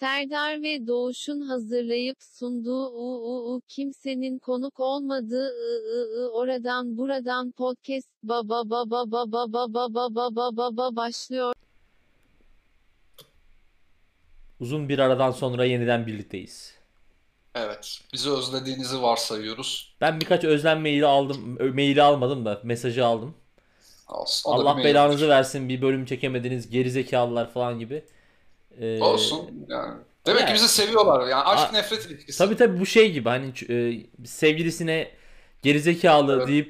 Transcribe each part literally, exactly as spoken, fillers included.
Serdar ve Doğuş'un hazırlayıp sunduğu u kimsenin konuk olmadığı ı ı ı oradan buradan podcast baba baba baba baba baba baba baba başlıyor. Uzun bir aradan sonra yeniden birlikteyiz. Evet. Bizi özlediğinizi varsayıyoruz. Ben birkaç özlem maili aldım. Ö- Maili almadım da mesajı aldım. Olsun. O da bir Allah belanızı maildir. versin, bir bölüm çekemediniz gerizekalılar falan gibi. Ee, Olsun. Yani. Demek ki yani bizi seviyorlar. Yani a- aşk nefret ilişkisi. tabii tabii bu şey gibi hani ç- e, sevgilisine gerizekalı Evet. deyip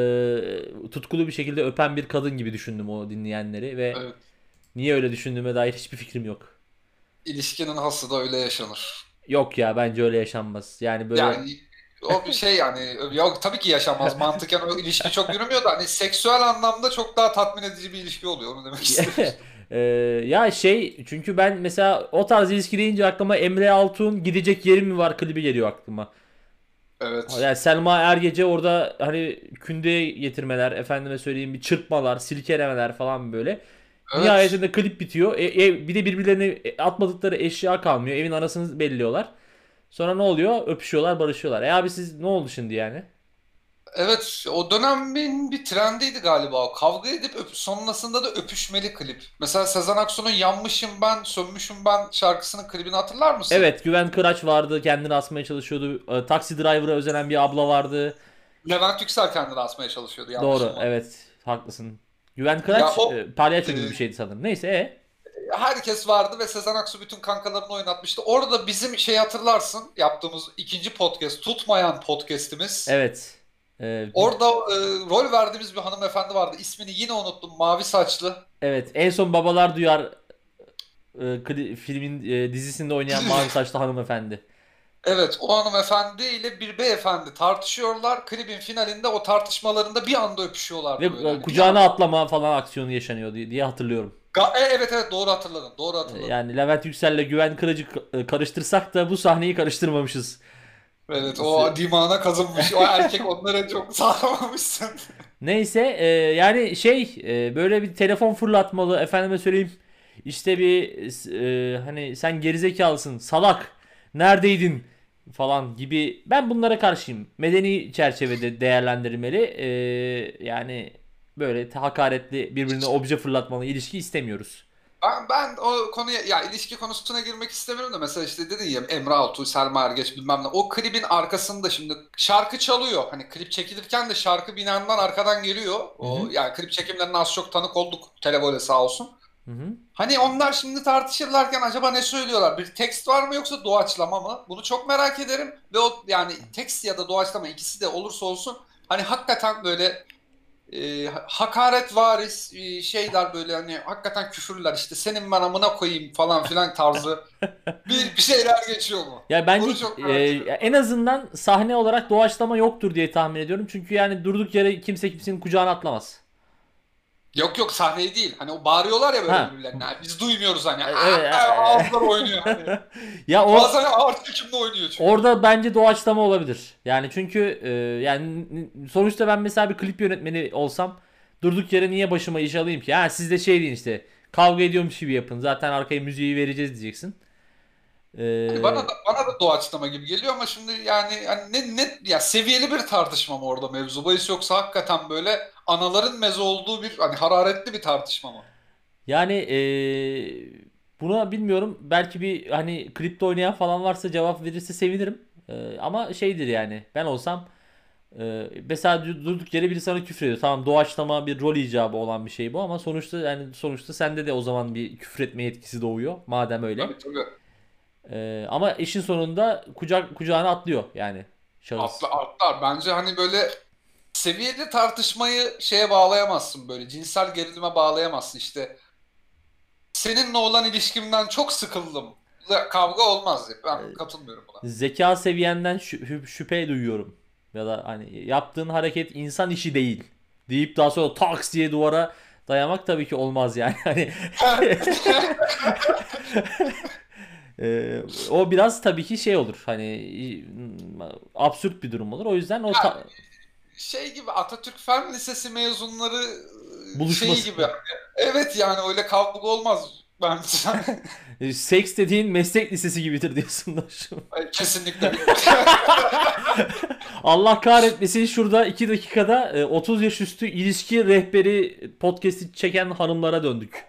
e, tutkulu bir şekilde öpen bir kadın gibi düşündüm o dinleyenleri ve Evet. niye öyle düşündüğüme dair hiçbir fikrim yok. İlişkinin hası da öyle yaşanır. Yok ya, bence öyle yaşanmaz. Yani böyle Yani o bir şey yani yok tabii ki yaşanmaz. Mantıken o ilişki çok yürümüyor da hani seksüel anlamda çok daha tatmin edici bir ilişki oluyor. Onu demek istedim. Ee, ya şey, çünkü ben mesela o tarz ilişki deyince aklıma Emre Altun gidecek yerim mi var klibi geliyor aklıma. Evet. Yani Selma Ergece orada hani kündeye getirmeler, efendime söyleyeyim bir çırpmalar, silkelemeler falan böyle. Evet. Nihayetinde klip bitiyor. E, ev, bir de birbirlerine atmadıkları eşya kalmıyor. Evin arasını belliyorlar. Sonra ne oluyor? Öpüşüyorlar, barışıyorlar. E abi siz ne oldu şimdi yani? Evet, o dönemin bir trendiydi galiba o. Kavga edip öp sonrasında da öpüşmeli klip. Mesela Sezen Aksu'nun Yanmışım Ben, Sönmüşüm Ben şarkısının klibini hatırlar mısın? Evet, Güven Kıraç vardı. Kendini asmaya çalışıyordu. E, Taksi driver'a özenen bir abla vardı. Levent Yüksel kendini asmaya çalışıyordu yanlış Doğru, mı? evet, haklısın. Güven Ya Kıraç o e, palyaço e, gibi bir şeydi sanırım. Neyse e. herkes vardı ve Sezen Aksu bütün kankalarını oynatmıştı. Orada bizim şey hatırlarsın yaptığımız ikinci podcast, Tutmayan podcast'imiz. Evet. E, Orada e, rol verdiğimiz bir hanımefendi vardı. İsmini yine unuttum. Mavi saçlı. evet, en son Babalar Duyar e, kli- filmin e, dizisinde oynayan mavi saçlı hanımefendi. Evet, o hanımefendi ile bir beyefendi tartışıyorlar. Klibin finalinde o tartışmalarında bir anda Ve öpüşüyorlardı böyle. e, Hani bir kucağına anda. atlama falan aksiyonu yaşanıyor diye, diye hatırlıyorum. Ga- e, evet evet doğru hatırladın. Doğru E, hatırladın. yani Levent Yüksel'le Güven Kıracı e, karıştırsak da bu sahneyi karıştırmamışız. Evet o dimağına kazınmış. O erkek onları çok sağlamamışsın. Neyse e, yani şey e, böyle bir telefon fırlatmalı, efendime söyleyeyim işte bir e, hani sen gerizekalısın salak neredeydin falan gibi, ben bunlara karşıyım. Medeni çerçevede değerlendirmeli. E, yani böyle hakaretli, birbirine obje fırlatmalı ilişki istemiyoruz. Ben, ben o konuya ya ilişki konusuna girmek istemiyorum da mesela işte dedin ya Emre Altuğ, Selma Ergeç bilmem ne. O klibin arkasında şimdi şarkı çalıyor. Hani klip çekilirken de şarkı binandan arkadan geliyor. Hı O hı. yani klip çekimlerine az çok tanık olduk. Televole sağ olsun. Hı hı. Hani onlar şimdi tartışırlarken acaba ne söylüyorlar? Bir tekst var mı yoksa doğaçlama mı? Bunu çok merak ederim. Ve o yani tekst ya da doğaçlama ikisi de olursa olsun hani hakikaten böyle e, hakaret varis e, şeyler böyle hani hakikaten küfürler işte senin ben amına koyayım falan filan tarzı bir, bir şeyler geçiyor mu? Ya bence Bunu çok e, merak ediyorum. en azından sahne olarak doğaçlama yoktur diye tahmin ediyorum. Çünkü yani durduk yere kimse kimsenin kucağına atlamaz. Yok yok sahneyi değil. Hani o bağırıyorlar ya böyle Ha. birbirlerine. Yani biz duymuyoruz hani. Evet. Aa, ağızlar oynuyor hani. Ya o Bazen ağır çekimle oynuyor çünkü. orada bence doğaçlama olabilir. Yani çünkü e, yani n- sonuçta ben mesela bir klip yönetmeni olsam durduk yere niye başıma iş alayım ki? Ha siz de şey deyin işte, kavga ediyormuş gibi yapın. Zaten arkaya müziği vereceğiz diyeceksin. Hani bana E, da bana da doğaçlama gibi geliyor ama şimdi yani hani ne ne ya seviyeli bir tartışma mı orada mevzu bahis yoksa hakikaten böyle anaların meze olduğu bir hani hararetli bir tartışma mı? yani e, buna bilmiyorum. Belki bir hani klipte oynayan falan varsa cevap verirse sevinirim. E, ama şeydir yani, ben olsam Ee, mesela durduk yere biri sana küfür ediyor. Tamam, doğaçlama bir rol icabı olan bir şey bu ama sonuçta yani sonuçta sende de o zaman bir küfür etme yetkisi doğuyor madem öyle. Tabii tabii. Ee, ama işin sonunda kucak kucağına atlıyor yani şahıs. Atlar, atlar. Bence hani böyle seviyeli tartışmayı şeye bağlayamazsın böyle cinsel gerilime bağlayamazsın işte. Seninle olan ilişkimden çok sıkıldım. Kavga olmaz. Ben katılmıyorum buna. Zeka seviyenden şü- şüphe duyuyorum. Ya da hani yaptığın hareket insan işi değil deyip daha sonra taks diye duvara dayamak tabii ki olmaz yani. Hani Ee, o biraz tabii ki şey olur. Hani absürt bir durum olur. O yüzden o Ya ta- şey gibi Atatürk Fen Lisesi mezunları e, şey gibi. buluşması. Evet yani öyle kavga olmaz. Ben E, Seks dediğin meslek lisesi gibidir diyorsun Dostum. kesinlikle. Allah kahretmesin, şurada iki dakikada e, otuz yaş üstü ilişki rehberi podcast'i çeken hanımlara döndük.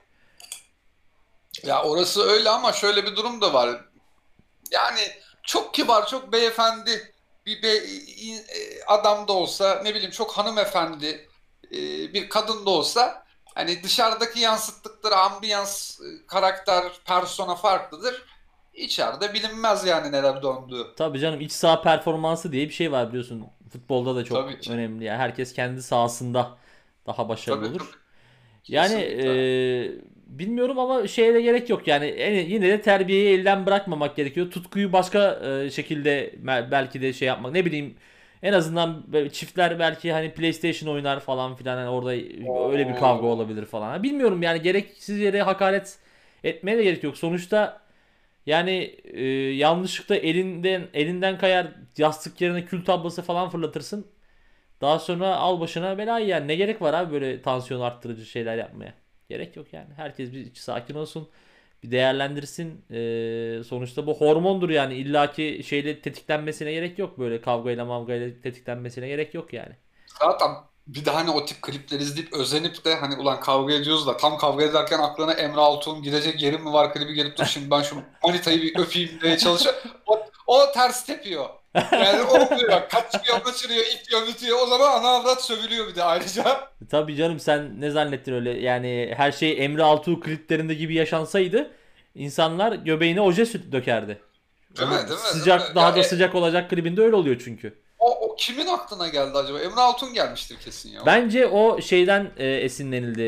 Ya orası öyle ama şöyle bir durum da var. Yani çok kibar, çok beyefendi bir be, in- e, adam da olsa, ne bileyim çok hanımefendi e, bir kadın da olsa, hani dışarıdaki yansıttıkları ambiyans, e, karakter, persona farklıdır. İçeride bilinmez yani neler döndüğü. Tabii canım, iç saha performansı diye bir şey var biliyorsun. Futbolda da çok Tabii ki. önemli. Yani herkes kendi sahasında daha başarılı Tabii tabii. olur. Yani Kesinlikle. e, bilmiyorum ama şeye de gerek yok. Yani en- yine de terbiyeyi elden bırakmamak gerekiyor. Tutkuyu başka e, şekilde me- belki de şey yapmak. Ne bileyim, en azından böyle çiftler belki hani PlayStation oynar falan filan. Hani orada öyle bir kavga Oo. olabilir falan. Bilmiyorum yani, gereksiz yere hakaret etmeye de gerek yok. Sonuçta yani e, yanlışlıkla elinden elinden kayar, yastık yerine kül tablası falan fırlatırsın. Daha sonra al başına belayı yani. Ne gerek var abi böyle tansiyon arttırıcı şeyler yapmaya? Gerek yok yani. Herkes bir sakin olsun. Bir değerlendirsin. Ee, sonuçta bu hormondur yani. İllaki şeyle tetiklenmesine gerek yok. Böyle kavgayla mavgayla tetiklenmesine gerek yok yani. Zaten bir de hani o tip klipler izleyip özenip de hani ulan kavga ediyoruz da tam kavga ederken aklına Emre Altuğ'un gidecek yerim mi var klibi gelip dur şimdi ben şu manitayı bir öpeyim diye çalışıyor. O, o ters tepiyor. Yani olmuyor. Kaçıyor, kaçırıyor, itiyor, bitiyor. O zaman ana avrat sövülüyor bir de ayrıca. Tabii canım, sen ne zannettin öyle? Yani her şey Emre Altuğ kliplerinde gibi yaşansaydı insanlar göbeğine oje süt dökerdi. Değil mi? Onun Değil mi? Değil sıcak, mi? Ya daha da e, sıcak olacak klibinde öyle oluyor çünkü. o, o kimin aklına geldi acaba? Emre Altun gelmiştir kesin ya. Bence o şeyden e, esinlenildi.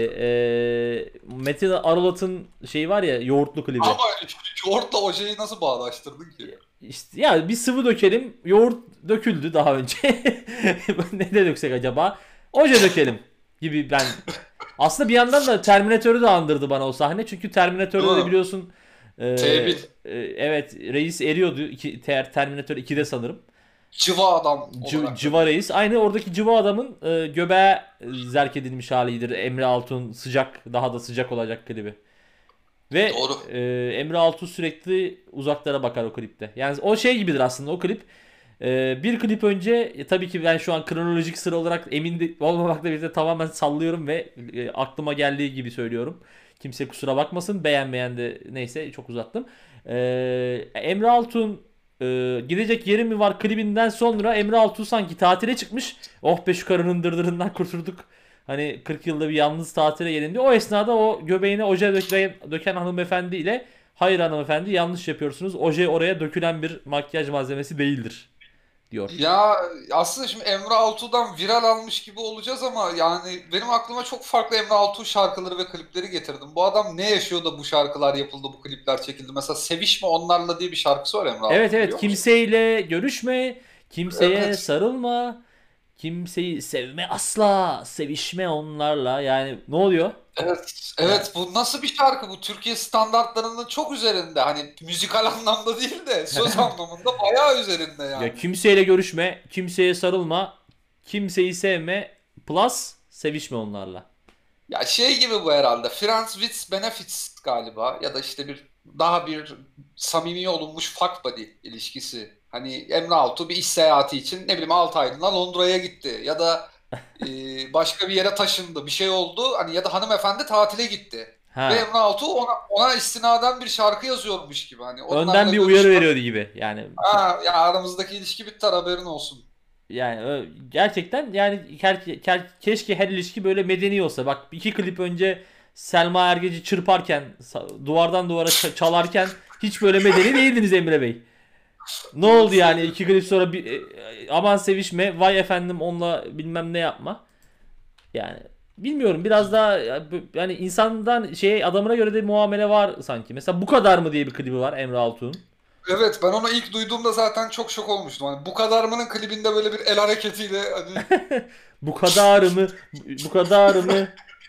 E, Metin Aralat'ın şeyi var ya, yoğurtlu klibi. Ama yoğurtla ojeyi nasıl bağdaştırdın ki? İşte ya bir sıvı dökelim. Yoğurt döküldü daha önce. Ne de döksek acaba? Oje dökelim gibi ben. Aslında bir yandan da Terminator'u da andırdı bana o sahne. Çünkü Terminator'da Değil da mi? biliyorsun e, T bir. e, evet, reis eriyordu. İki, ter, Terminator ikide sanırım. Cıva adam C- olarak da Civa biliyorum. Reis. Aynı oradaki Civa adamın e, göbeğe zerk edilmiş halidir. Emre Altun sıcak, daha da sıcak olacak klibi. Ve Doğru. e, Emre Altun sürekli uzaklara bakar o klipte. Yani o şey gibidir aslında o klip. E, bir klip önce e, tabii ki ben şu an kronolojik sıra olarak emin de, olmamakla birlikte tamamen sallıyorum ve e, aklıma geldiği gibi söylüyorum. Kimse kusura bakmasın. Beğenmeyen de neyse, çok uzattım. E, Emre Altun e, gidecek yeri mi var klibinden sonra Emre Altun sanki tatile çıkmış. Oh be, şu karının dırdırından kurtulduk. Hani kırk yılda bir yalnız tatile gelindi. O esnada o göbeğine oje döken, döken hanımefendi ile hayır hanımefendi, yanlış yapıyorsunuz. Oje oraya dökülen bir makyaj malzemesi değildir diyor. Ya aslında şimdi Emre Altuğ'dan viral almış gibi olacağız ama yani benim aklıma çok farklı Emre Altuğ şarkıları ve klipleri getirdim. Bu adam ne yaşıyor da bu şarkılar yapıldı, bu klipler çekildi? Mesela Sevişme Onlarla diye bir şarkısı var Emre Evet Altuğ, evet, biliyor musun? kimseyle görüşme, kimseye Evet. sarılma, kimseyi sevme asla, sevişme onlarla. Yani ne oluyor? Evet, Ya, evet, bu nasıl bir şarkı? Bu Türkiye standartlarının çok üzerinde. Hani müzikal anlamda değil de söz anlamında bayağı üzerinde ya yani. kimseyle görüşme, kimseye sarılma, kimseyi sevme, plus sevişme onlarla. Ya şey gibi bu herhalde. Friends with Benefits galiba ya da işte bir daha bir samimi olunmuş fuck buddy ilişkisi. Hani Emre Altuğ bir iş seyahati için ne bileyim altı aylığına Londra'ya gitti ya da e, başka bir yere taşındı, bir şey oldu hani, ya da hanımefendi tatile gitti. Ve Ha. Emre Altuğ ona, ona istinaden bir şarkı yazıyormuş gibi hani Önden onlarla bir uyarı görüşme. veriyordu gibi. Yani Ha, ya aramızdaki ilişki bitti, haberin olsun. yani ö- gerçekten yani her, her- keşke her ilişki böyle medeni olsa. Bak, iki klip önce Selma Ergeci çırparken, sa- duvardan duvara ça- çalarken hiç böyle medeni değildiniz Emre Bey. Ne Doğru oldu yani söylüyorsun. iki klip sonra bir, e, aman sevişme, vay efendim onunla bilmem ne yapma. Yani bilmiyorum, biraz daha yani insandan şeye, adamına göre de muamele var sanki. Mesela Bu Kadar Mı diye bir klibi var Emre Altuğ'un. Evet, ben onu ilk duyduğumda zaten çok şok olmuştum. Hani bu kadar mı'nın klibinde böyle bir el hareketiyle hani Bu kadar mı? Bu kadar mı?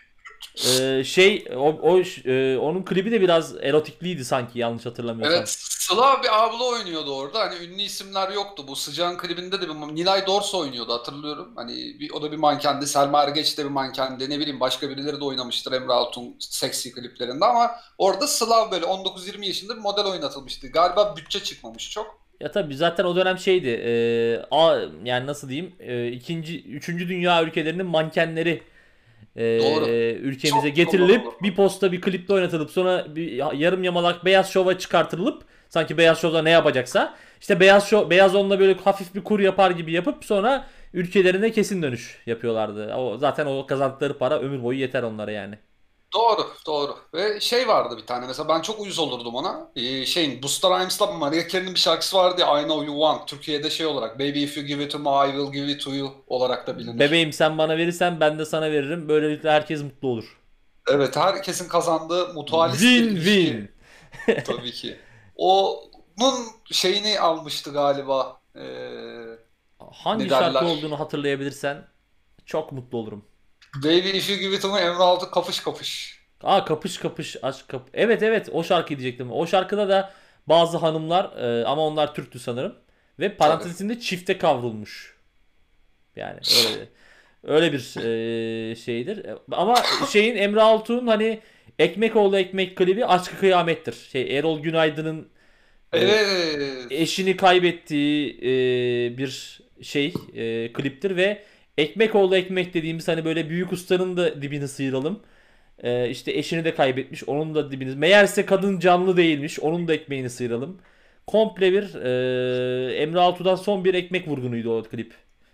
Ee, şey o, o e, onun klibi de biraz erotikliydi sanki, yanlış hatırlamıyorsam. Evet, Sıla bir abla oynuyordu orada. Hani ünlü isimler yoktu. Bu Sıcağın klibinde de bir Nilay Dors oynuyordu, hatırlıyorum. Hani bir, o da bir mankendi. Selma Ergeç de bir mankendi. Ne bileyim, başka birileri de oynamıştır Emre Altun seksi kliplerinde, ama orada Sıla böyle on dokuz yirmi yaşında bir model oynatılmıştı. Galiba bütçe çıkmamış çok. Ya tabii zaten o dönem şeydi. E, a, yani nasıl diyeyim? E, ikinci, üçüncü dünya ülkelerinin mankenleri e, Doğru. ülkemize Çok kullanıldı. getirilip bir posta bir klipte oynatılıp sonra bir yarım yamalak Beyaz Şov'a çıkartılıp, sanki Beyaz Şov'da ne yapacaksa işte Beyaz Şov, Beyaz onunla böyle hafif bir kur yapar gibi yapıp sonra ülkelerine kesin dönüş yapıyorlardı. O zaten o kazandıkları para ömür boyu yeter onlara yani. Doğru, doğru. Ve şey vardı bir tane, mesela ben çok uyuz olurdum ona. Ee, şeyin, Busta Rhymes'la Mariah Carey'nin bir şarkısı vardı ya, I Know You Want. Türkiye'de şey olarak, Baby If You Give It To Me, I Will Give It To You olarak da bilinir. Bebeğim sen bana verirsen ben de sana veririm. Böylelikle herkes mutlu olur. Evet, herkesin kazandığı mutualist bir Win ilişki win. tabii ki. Onun şeyini almıştı galiba. Ee, Hangi ne şarkı derler? olduğunu hatırlayabilirsen çok mutlu olurum. Baby If You Give It To Me, Emre Altı kapış kapış. Aa, kapış kapış aşk kap. Evet evet, o şarkıyı diyecektim. O şarkıda da bazı hanımlar e, ama onlar Türktü sanırım. Ve Tabii. parantez içinde çifte kavrulmuş. Yani öyle öyle bir e, şeydir. E, Ama şeyin, Emre Altuğ'un hani Ekmek Oğlu Ekmek klibi aşkı kıyamettir. Şey, Erol Günaydın'ın e, Evet. eşini kaybettiği e, bir şey e, kliptir ve Ekmek Oğlu Ekmek dediğimiz hani böyle büyük ustanın da dibini sıyıralım. E, işte eşini de kaybetmiş, onun da dibini. Meğerse kadın canlı değilmiş, onun da ekmeğini sıyıralım. Komple bir e, Emre Altuğ'dan son bir ekmek vurgunuydu o klip.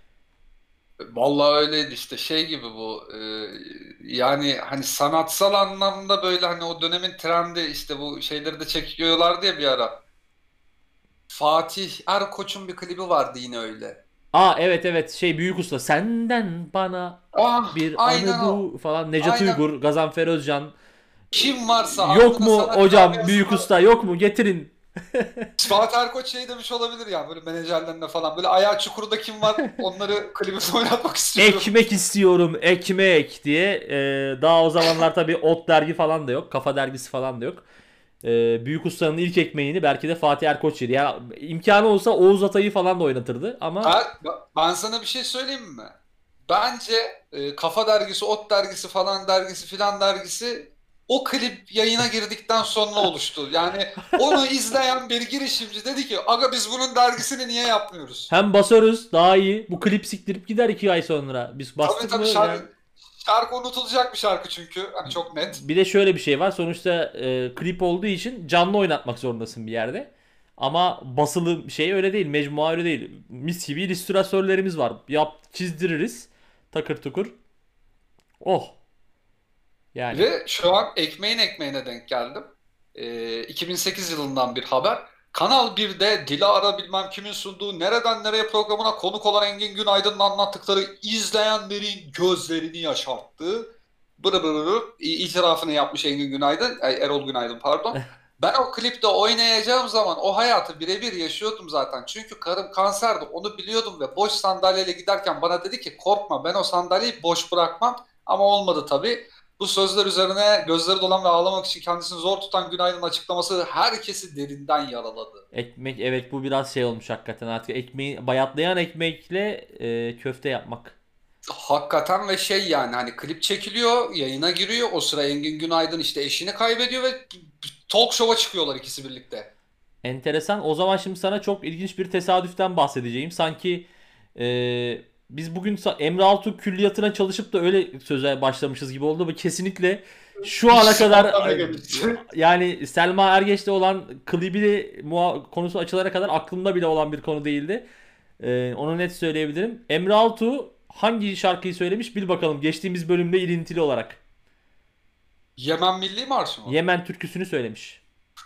Vallahi öyleydi işte, şey gibi bu. Ee, yani hani sanatsal anlamda böyle, hani o dönemin trendi işte, bu şeyleri de çekiyorlardı ya bir ara. Fatih Erkoç'un bir klibi vardı yine öyle. Aa evet evet, şey, büyük usta senden bana Ah, bir aynen anı o. bu falan, Necat Aynen. Uygur, Gazanfer Özcan. Kim varsa Yok aklına mu sanatçılar hocam büyük yazılı. usta, yok mu, getirin. Fatih Erkoç şey demiş olabilir ya, böyle menajerlerine falan. Böyle ayağı çukurda kim var, onları klibimde oynatmak istiyorum. Ekmek istiyorum ekmek diye. Ee, daha o zamanlar tabii Ot dergi falan da yok, Kafa dergisi falan da yok. Ee, büyük ustanın ilk ekmeğini belki de Fatih Erkoç yedi. Yani imkanı olsa Oğuz Atay'ı falan da oynatırdı ama Ben, ben sana bir şey söyleyeyim mi? Bence e, Kafa dergisi, Ot dergisi falan dergisi filan dergisi o klip yayına girdikten sonra oluştu. Yani onu izleyen bir girişimci dedi ki, aga biz bunun dergisini niye yapmıyoruz? hem basarız daha iyi. Bu klip siktirip gider iki ay sonra. Biz Tabii bastık mı tabii, yani. şarkı, şarkı unutulacak bir şarkı çünkü. Hani çok net. Bir de şöyle bir şey var. Sonuçta e, klip olduğu için canlı oynatmak zorundasın bir yerde. Ama basılı şey öyle değil. Mecmua öyle değil. Mis gibi illüstratörlerimiz var. Yap, çizdiririz. Takır tukur. Oh. Yani. Ve şu an ekmeğin ekmeğine denk geldim. Ee, iki bin sekiz yılından bir haber. Kanal birde Dilara bilmem kimin sunduğu Nereden Nereye programına konuk olan Engin Günaydın'ın anlattıkları izleyenlerin gözlerini yaşarttı. Bırı bırı bırı itirafını yapmış Engin Günaydın, ay, Erol Günaydın pardon. Ben o klipte oynayacağım zaman o hayatı birebir yaşıyordum zaten. Çünkü karım kanserdi, onu biliyordum ve boş sandalyeyle giderken bana dedi ki korkma, ben o sandalyeyi boş bırakmam. Ama olmadı tabii. Bu sözler üzerine gözleri dolan ve ağlamak için kendisini zor tutan Günaydın'ın açıklaması herkesi derinden yaraladı. Ekmek, evet, bu biraz şey olmuş hakikaten, artık ekmeği bayatlayan ekmekle e, köfte yapmak. Hakikaten, ve şey yani, hani klip çekiliyor, yayına giriyor. O sıra Engin Günaydın işte eşini kaybediyor ve talk show'a çıkıyorlar ikisi birlikte. Enteresan. O zaman şimdi sana çok ilginç bir tesadüften bahsedeceğim. Sanki e, biz bugün sa- Emre Altuğ külliyatına çalışıp da öyle söze başlamışız gibi oldu. Bu kesinlikle şu ana kadar Spontane e, gelişti. yani Selma Ergeç'te olan klibi muha- konusu açılana kadar aklımda bile olan bir konu değildi. E, onu net söyleyebilirim. Emre Altuğ hangi şarkıyı söylemiş bil bakalım, geçtiğimiz bölümde ilintili olarak. Yemen Milli Marşı mı? Yemen türküsünü söylemiş.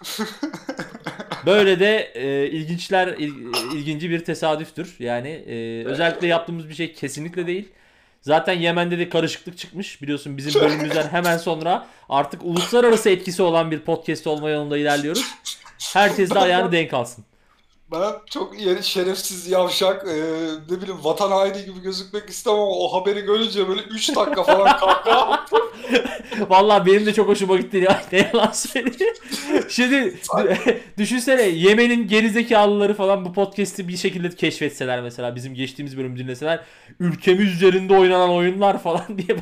Böyle de e, ilginçler il- ilginci bir tesadüftür. Yani e, özellikle yaptığımız bir şey kesinlikle değil. Zaten Yemen'de de karışıklık çıkmış. Biliyorsun bizim bölümümüzden hemen sonra artık uluslararası etkisi olan bir podcast olma yolunda ilerliyoruz. Herkes de ayağını denk alsın. Ben çok yeri şerefsiz yavşak, e, ne bileyim vatan haini gibi gözükmek istemem ama o haberi görünce böyle üç dakika falan kahkaha attım. Vallahi benim de çok hoşuma gitti ya. Ne yalan söyleyeyim. Şimdi düşünsene Yemen'in gerizekalıları falan bu podcast'i bir şekilde keşfetseler mesela bizim geçtiğimiz bölümü dinleseler ülkemiz üzerinde oynanan oyunlar falan diye.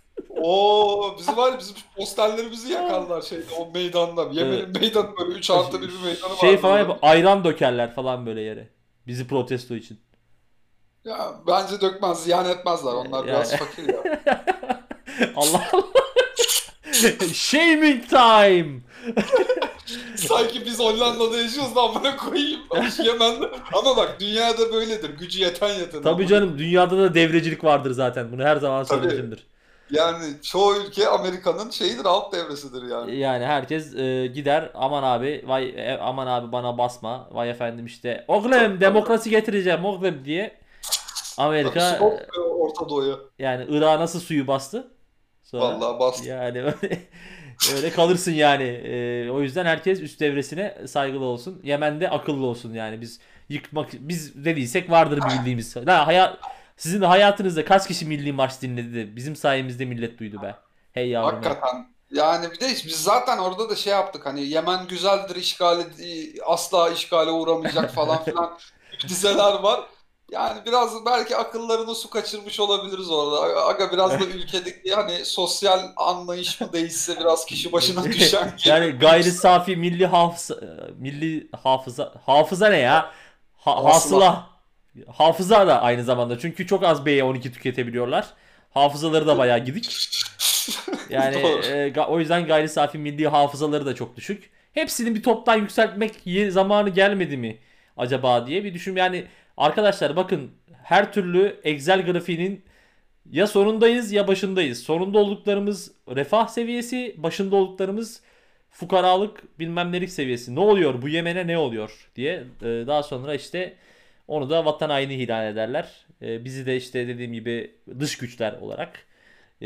Oo, bizi var ya, bizim posterlerimizi yakarlar şeyde, o meydanda. Evet. Yemen'in meydanı böyle üç artı bir bir meydanı Şey vardı falan böyle. yap ayran dökerler falan böyle yere. Bizi protesto için. Ya bence dökmez, ziyan etmezler. Onlar Yani biraz fakir ya. Allah Allah. Shaming time. Sanki biz Hollanda'da yaşıyoruz da amına koyayım. Yemen'de. Ama bak dünyada böyledir. Gücü yeten yeten Tabii amına canım koyayım. dünyada da devrecilik vardır zaten. Bunu her zaman Tabii. söylemişimdir. Yani çoğu ülke Amerika'nın şeyidir, alt devresidir yani. Yani herkes e, gider aman abi vay e, aman abi bana basma. Vay efendim işte oğlum Tabii. demokrasi getireceğim oğlum diye Tabii Amerika su basmıyor Orta Doğu'ya. yani Irak'a nasıl suyu bastı? Sonra Vallahi bastı. yani öyle, öyle kalırsın yani. E, o yüzden herkes üst devresine saygılı olsun. Yemen'de akıllı olsun yani. Biz yıkmak biz dediysek vardır bir bildiğimiz. La, hayat, sizin de hayatınızda kaç kişi Milli Marş dinledi de bizim sayemizde millet duydu be. Hey yavrum hey. Hakikaten. Yani bir de biz zaten orada da şey yaptık, hani Yemen güzeldir, işgal ed- asla işgale uğramayacak falan filan dizeler var. Yani biraz belki akıllarını su kaçırmış olabiliriz orada. Aga biraz da ülkedeki hani sosyal anlayış mı değişse, biraz kişi başına düşen Yani gelir. gayri safi milli hafıza milli hafıza hafıza ne ya? Ha- Hasıla. hasıla. Hafıza da aynı zamanda. Çünkü çok az B on iki tüketebiliyorlar. Hafızaları da bayağı gidik. Yani Doğru. e, ga- o yüzden gayri safi milli hafızaları da çok düşük. Hepsini bir toptan yükseltmek ye- zamanı gelmedi mi acaba diye bir düşün. Yani arkadaşlar bakın her türlü Excel grafiğinin ya sonundayız ya başındayız. Sonunda olduklarımız refah seviyesi, başında olduklarımız fukaralık bilmem nelik seviyesi. Ne oluyor bu Yemen'e ne oluyor diye e, daha sonra işte onu da vatan haini ilan ederler. E, bizi de işte dediğim gibi dış güçler olarak e,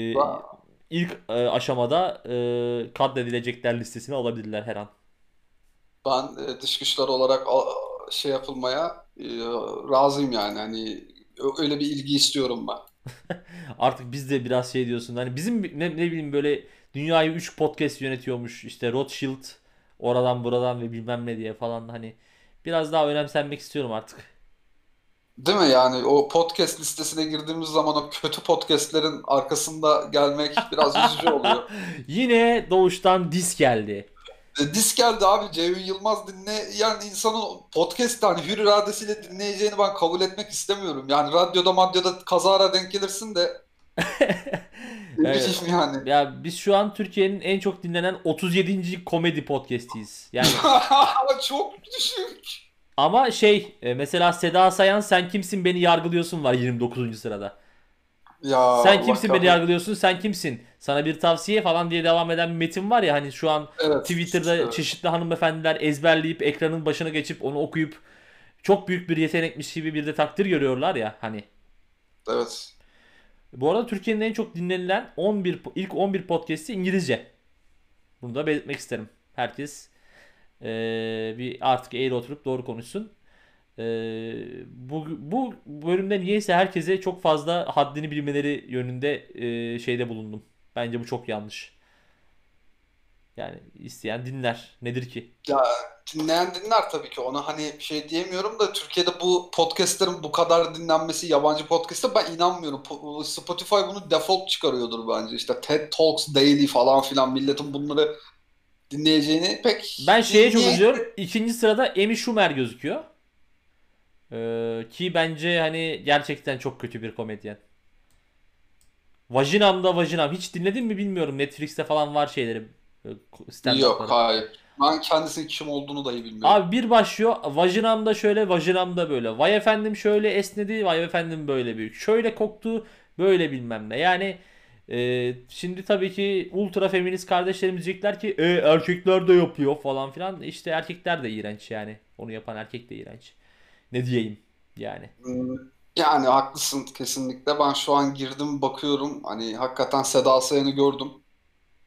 ilk e, aşamada e, katledilecekler listesine alabilirler her an. Ben e, dış güçler olarak a- şey yapılmaya e, razıyım yani. Hani ö- öyle bir ilgi istiyorum ben. Artık biz de biraz şey diyorsun. Hani bizim ne, ne bileyim böyle dünyayı üç podcast yönetiyormuş. İşte Rothschild oradan buradan ve bilmem ne diye falan hani biraz daha önemsenmek istiyorum artık. Değil mi? Yani o podcast listesine girdiğimiz zaman o kötü podcastlerin arkasında gelmek biraz üzücü oluyor. Yine doğuştan dis geldi. E, Disk geldi abi, Ceyhun Yılmaz dinleyen insanın podcast hani hür iradesiyle dinleyeceğini ben kabul etmek istemiyorum. Yani radyoda madyoda kazara denk gelirsin de ne Yani, bileyim yani. ya biz şu an Türkiye'nin en çok dinlenen otuz yedinci komedi podcastiyiz. Yani Çok düşük. ama şey e, mesela Seda Sayan sen kimsin beni yargılıyorsun var yirmi dokuzuncu sırada. Ya Sen Allah kimsin beni kahretsin. yargılıyorsun sen kimsin? Sana bir tavsiye falan diye devam eden bir metin var ya hani şu an Evet. Twitter'da Evet. çeşitli hanımefendiler ezberleyip ekranın başına geçip onu okuyup çok büyük bir yetenekmiş gibi bir de takdir görüyorlar ya hani. Evet. Bu arada Türkiye'nin en çok dinlenilen on bir po- ilk on bir podcast'i İngilizce. Bunu da belirtmek isterim. Herkes eee, bir artık eğri oturup doğru konuşsun. Eee, bu, bu bölümde niyeyse herkese çok fazla haddini bilmeleri yönünde eee, şeyde bulundum. Bence bu çok yanlış. Yani isteyen dinler. Nedir ki? Ya dinleyen dinler tabii ki, ona hani bir şey diyemiyorum da Türkiye'de bu podcastlerin bu kadar dinlenmesi, yabancı podcast'a ben inanmıyorum. Po- Spotify bunu default çıkarıyordur bence. İşte TED Talks Daily falan filan, milletin bunları dinleyeceğini pek Ben şeye çok niye. üzülüyorum. İkinci sırada Amy Schumer gözüküyor. Eee, ki bence hani gerçekten çok kötü bir komedyen. Vajinam da Vajinam. Hiç dinledin mi bilmiyorum. Netflix'te falan var şeyleri. e, Yok, Stand-up'ları. hayır. Ben kendisinin kim olduğunu dahi bilmiyorum. Abi bir başlıyor. Vajinam da şöyle, vajinam da böyle. Vay efendim şöyle esnedi, vay efendim böyle büyük. Şöyle koktu, böyle bilmem ne. Yani e, şimdi tabii ki ultra feminist kardeşlerimiz diyecekler ki e, erkekler de yapıyor falan filan. İşte erkekler de iğrenç yani. Onu yapan erkek de iğrenç. Ne diyeyim yani. Hmm, Yani haklısın kesinlikle. Ben şu an girdim bakıyorum. Hani hakikaten Seda Sayan'ı gördüm.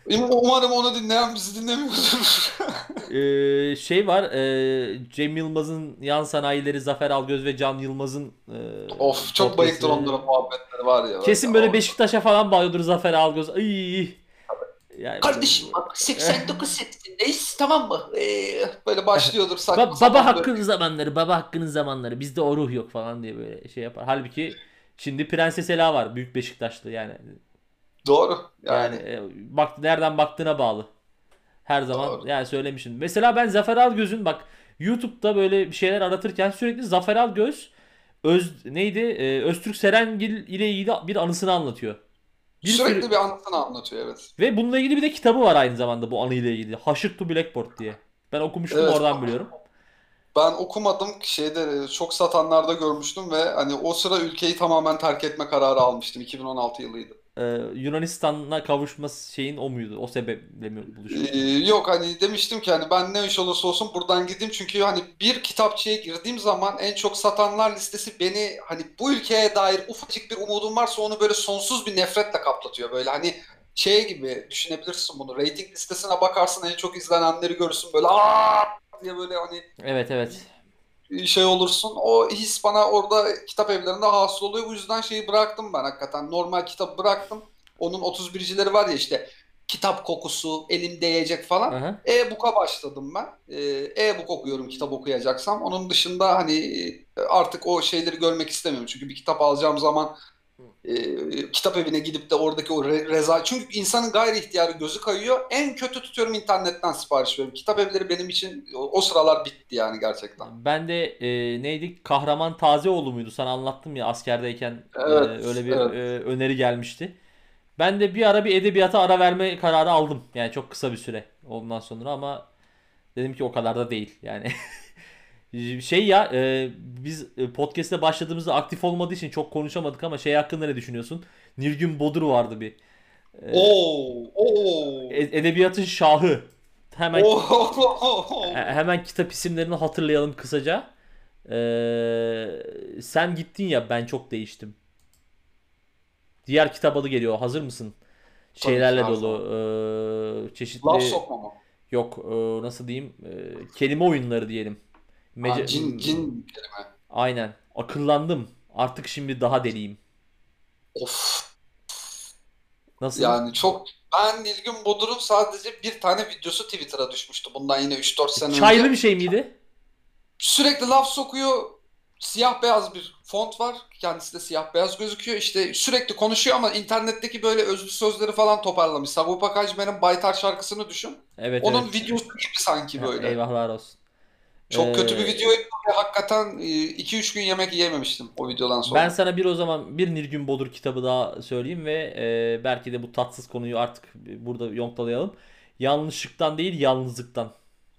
Um- Umarım onu dinleyen bizi dinlemiyordur. Ee, şey var. E, Cem Yılmaz'ın Yan Sanayileri, Zafer Algöz ve Can Yılmaz'ın e, Of, çok bayıktır podcast'i. onların muhabbetleri var ya böyle. Kesin böyle Orada. Beşiktaş'a falan bağlıyordur Zafer Algöz. Ay. Yani Kardeşim bak seksen dokuz senesindeyiz, tamam mı? Ee, böyle başlıyordur saçma Ba- baba sapan böyle. hakkının zamanları, baba hakkının zamanları. Bizde o ruh yok falan diye böyle şey yapar. Halbuki şimdi Prenses Ela var. Büyük Beşiktaşlı yani. Doğru Yani yani. e, bak nereden baktığına bağlı. Her zaman Doğru. yani söylemişim. Mesela ben Zafer Algöz'ün bak YouTube'da böyle bir şeyler aratırken sürekli Zafer Algöz Öz neydi? Ee, Öztürk Serengil ile ilgili bir anısını anlatıyor. Bir Sürekli sürü bir anısını anlatıyor, evet. ve bununla ilgili bir de kitabı var aynı zamanda bu anıyla ilgili. Haşır to Blackboard diye. Ben okumuştum Evet. oradan biliyorum. Ben okumadım, şeyde çok satanlarda görmüştüm ve hani o sıra ülkeyi tamamen terk etme kararı almıştım. iki bin on altı yılıydı. Ee, Yunanistan'la kavuşması şeyin o muydu? O sebeple mi Ee, buluşmuştu? yok, hani demiştim ki hani ben ne iş olursa olsun buradan gideyim, çünkü hani bir kitapçıya girdiğim zaman en çok satanlar listesi beni, hani bu ülkeye dair ufacık bir umudum varsa onu böyle sonsuz bir nefretle kaplatıyor. Böyle hani şey gibi düşünebilirsin bunu. Rating listesine bakarsın, en çok izlenenleri görürsün, böyle aa diye böyle hani Evet, evet. şey olursun. O his bana orada kitap evlerinde hasıl oluyor. Bu yüzden şeyi bıraktım ben hakikaten. Normal kitabı bıraktım. Onun otuz bircileri var ya, işte kitap kokusu, elim değecek falan. Aha. E-book'a başladım ben. Ee, E-book okuyorum kitap okuyacaksam. Onun dışında hani e, artık o şeyleri görmek istemiyorum. Çünkü bir kitap alacağım zaman e, kitap evine gidip de oradaki o re- reza... Çünkü insanın gayri ihtiyarı gözü kayıyor. En kötü tutuyorum, internetten sipariş veriyorum. Kitap evleri benim için o, o sıralar bitti yani, gerçekten. Ben de e, neydi? Kahraman Tazeoğlu muydu? Sana anlattım ya askerdeyken e, Evet, öyle bir evet. e, öneri gelmişti. Ben de bir ara bir edebiyata ara verme kararı aldım. Yani çok kısa bir süre ondan sonra ama dedim ki o kadar da değil. Yani şey ya e, biz e, podcast'e başladığımızda aktif olmadığı için çok konuşamadık ama şey hakkında ne düşünüyorsun? Nilgün Bodur vardı bir. E, Oo, oo, e- edebiyatın şahı. Hemen e- oo. hemen kitap isimlerini hatırlayalım kısaca. E, sen gittin ya ben çok değiştim. Diğer kitap adı geliyor. Hazır mısın? Tabii ki, Şeylerle her dolu zaman. e, Laf çeşitli sokma mı? yok e, nasıl diyeyim e, kelime oyunları diyelim. Ha, Mece- cin, cin kelime. Aynen. Akıllandım. Artık şimdi daha deliyim. Of. Nasıl? Yani çok... Ben Nilgün Bodur'un sadece bir tane videosu Twitter'a düşmüştü. Bundan yine üç dört sene Çaylı bir önce. şey miydi? Sürekli laf sokuyor. Siyah beyaz bir font var. Kendisi de siyah beyaz gözüküyor. İşte sürekli konuşuyor ama internetteki böyle özlü sözleri falan toparlamış. Sagopa Kajmer'in Baytar şarkısını düşün. Evet, Onun evet. videosu gibi sanki Ha, böyle. eyvahlar olsun. Çok kötü bir Ee, videoydu ve hakikaten iki üç gün yemek yiyememiştim o videodan ben sonra. sana bir o zaman bir Nilgün Bodur kitabı daha söyleyeyim ve e, belki de bu tatsız konuyu artık burada yonktalayalım. Yanlışlıktan değil, yalnızlıktan.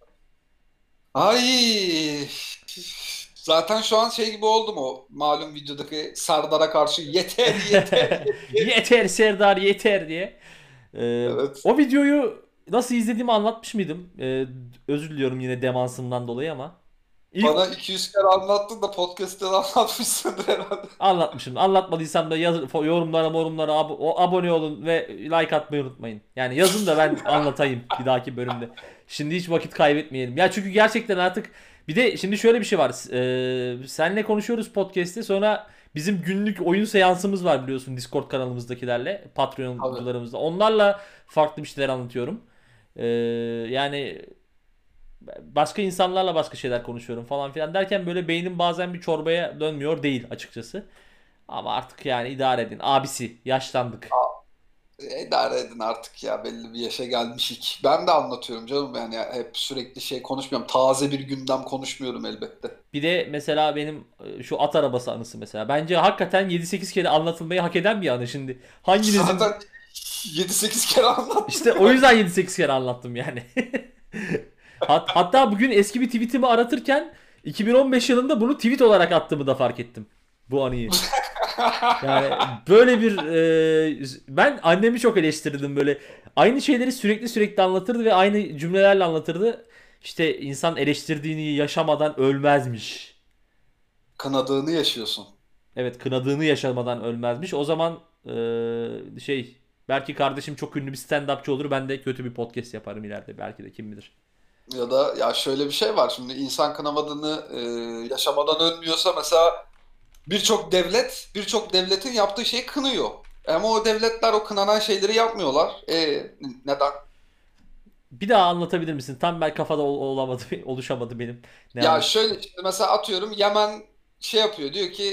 Ay, zaten şu an şey gibi oldum, o malum videodaki Serdar'a karşı yeter yeter yeter. Yeter Serdar yeter diye. Ee, Evet. o videoyu nasıl izlediğimi anlatmış mıydım? Ee, özür diliyorum yine demansımdan dolayı ama. İlk Bana iki yüz kere anlattın da podcast'te de anlatmışsındır herhalde. anlatmışım. Anlatmadıysam da yaz, yorumlara morumlara ab- o- abone olun ve like atmayı unutmayın. Yani yazın da ben anlatayım bir dahaki bölümde. Şimdi hiç vakit kaybetmeyelim. Ya çünkü gerçekten artık bir de şimdi şöyle bir şey var. Ee, senle konuşuyoruz podcast'te sonra bizim günlük oyun seansımız var biliyorsun Discord kanalımızdakilerle, Tabii. Patreoncularımızla. Onlarla farklı bir şeyler anlatıyorum. Ee, yani başka insanlarla başka şeyler konuşuyorum falan filan derken böyle beynim bazen bir çorbaya dönmüyor değil açıkçası. Ama artık yani idare edin. Abisi yaşlandık. E, idare edin artık ya, belli bir yaşa gelmişik. Ben de anlatıyorum canım, yani hep sürekli şey konuşmuyorum. Taze bir gündem konuşmuyorum elbette. Bir de mesela benim e, şu at arabası anısı mesela. Bence hakikaten yedi sekiz kere anlatılmayı hak eden bir anı şimdi. Hanginizin Zaten yedi sekiz kere anlattım işte o ya. yüzden yedi sekiz kere anlattım yani. Hat- hatta bugün eski bir tweetimi aratırken iki bin on beş yılında bunu tweet olarak attığımı da fark ettim. Bu anıyı. Yani böyle bir e, ben annemi çok eleştirdim böyle. Aynı şeyleri sürekli sürekli anlatırdı ve aynı cümlelerle anlatırdı. İşte insan eleştirdiğini yaşamadan ölmezmiş. Kınadığını yaşıyorsun. Evet kınadığını yaşamadan ölmezmiş. O zaman e, şey Belki kardeşim çok ünlü bir stand-upçı olur. Ben de kötü bir podcast yaparım ileride. Belki de kim bilir. Ya da ya şöyle bir şey var, şimdi insan kınamadığını e, yaşamadan ölmüyorsa mesela birçok devlet birçok devletin yaptığı şeyi kınıyor. Ama o devletler o kınanan şeyleri yapmıyorlar. E, neden? Bir daha anlatabilir misin? Tam ben kafada ol- olamadı, oluşamadı benim. Ne Ya anlat? şöyle, şimdi mesela atıyorum Yemen şey yapıyor, diyor ki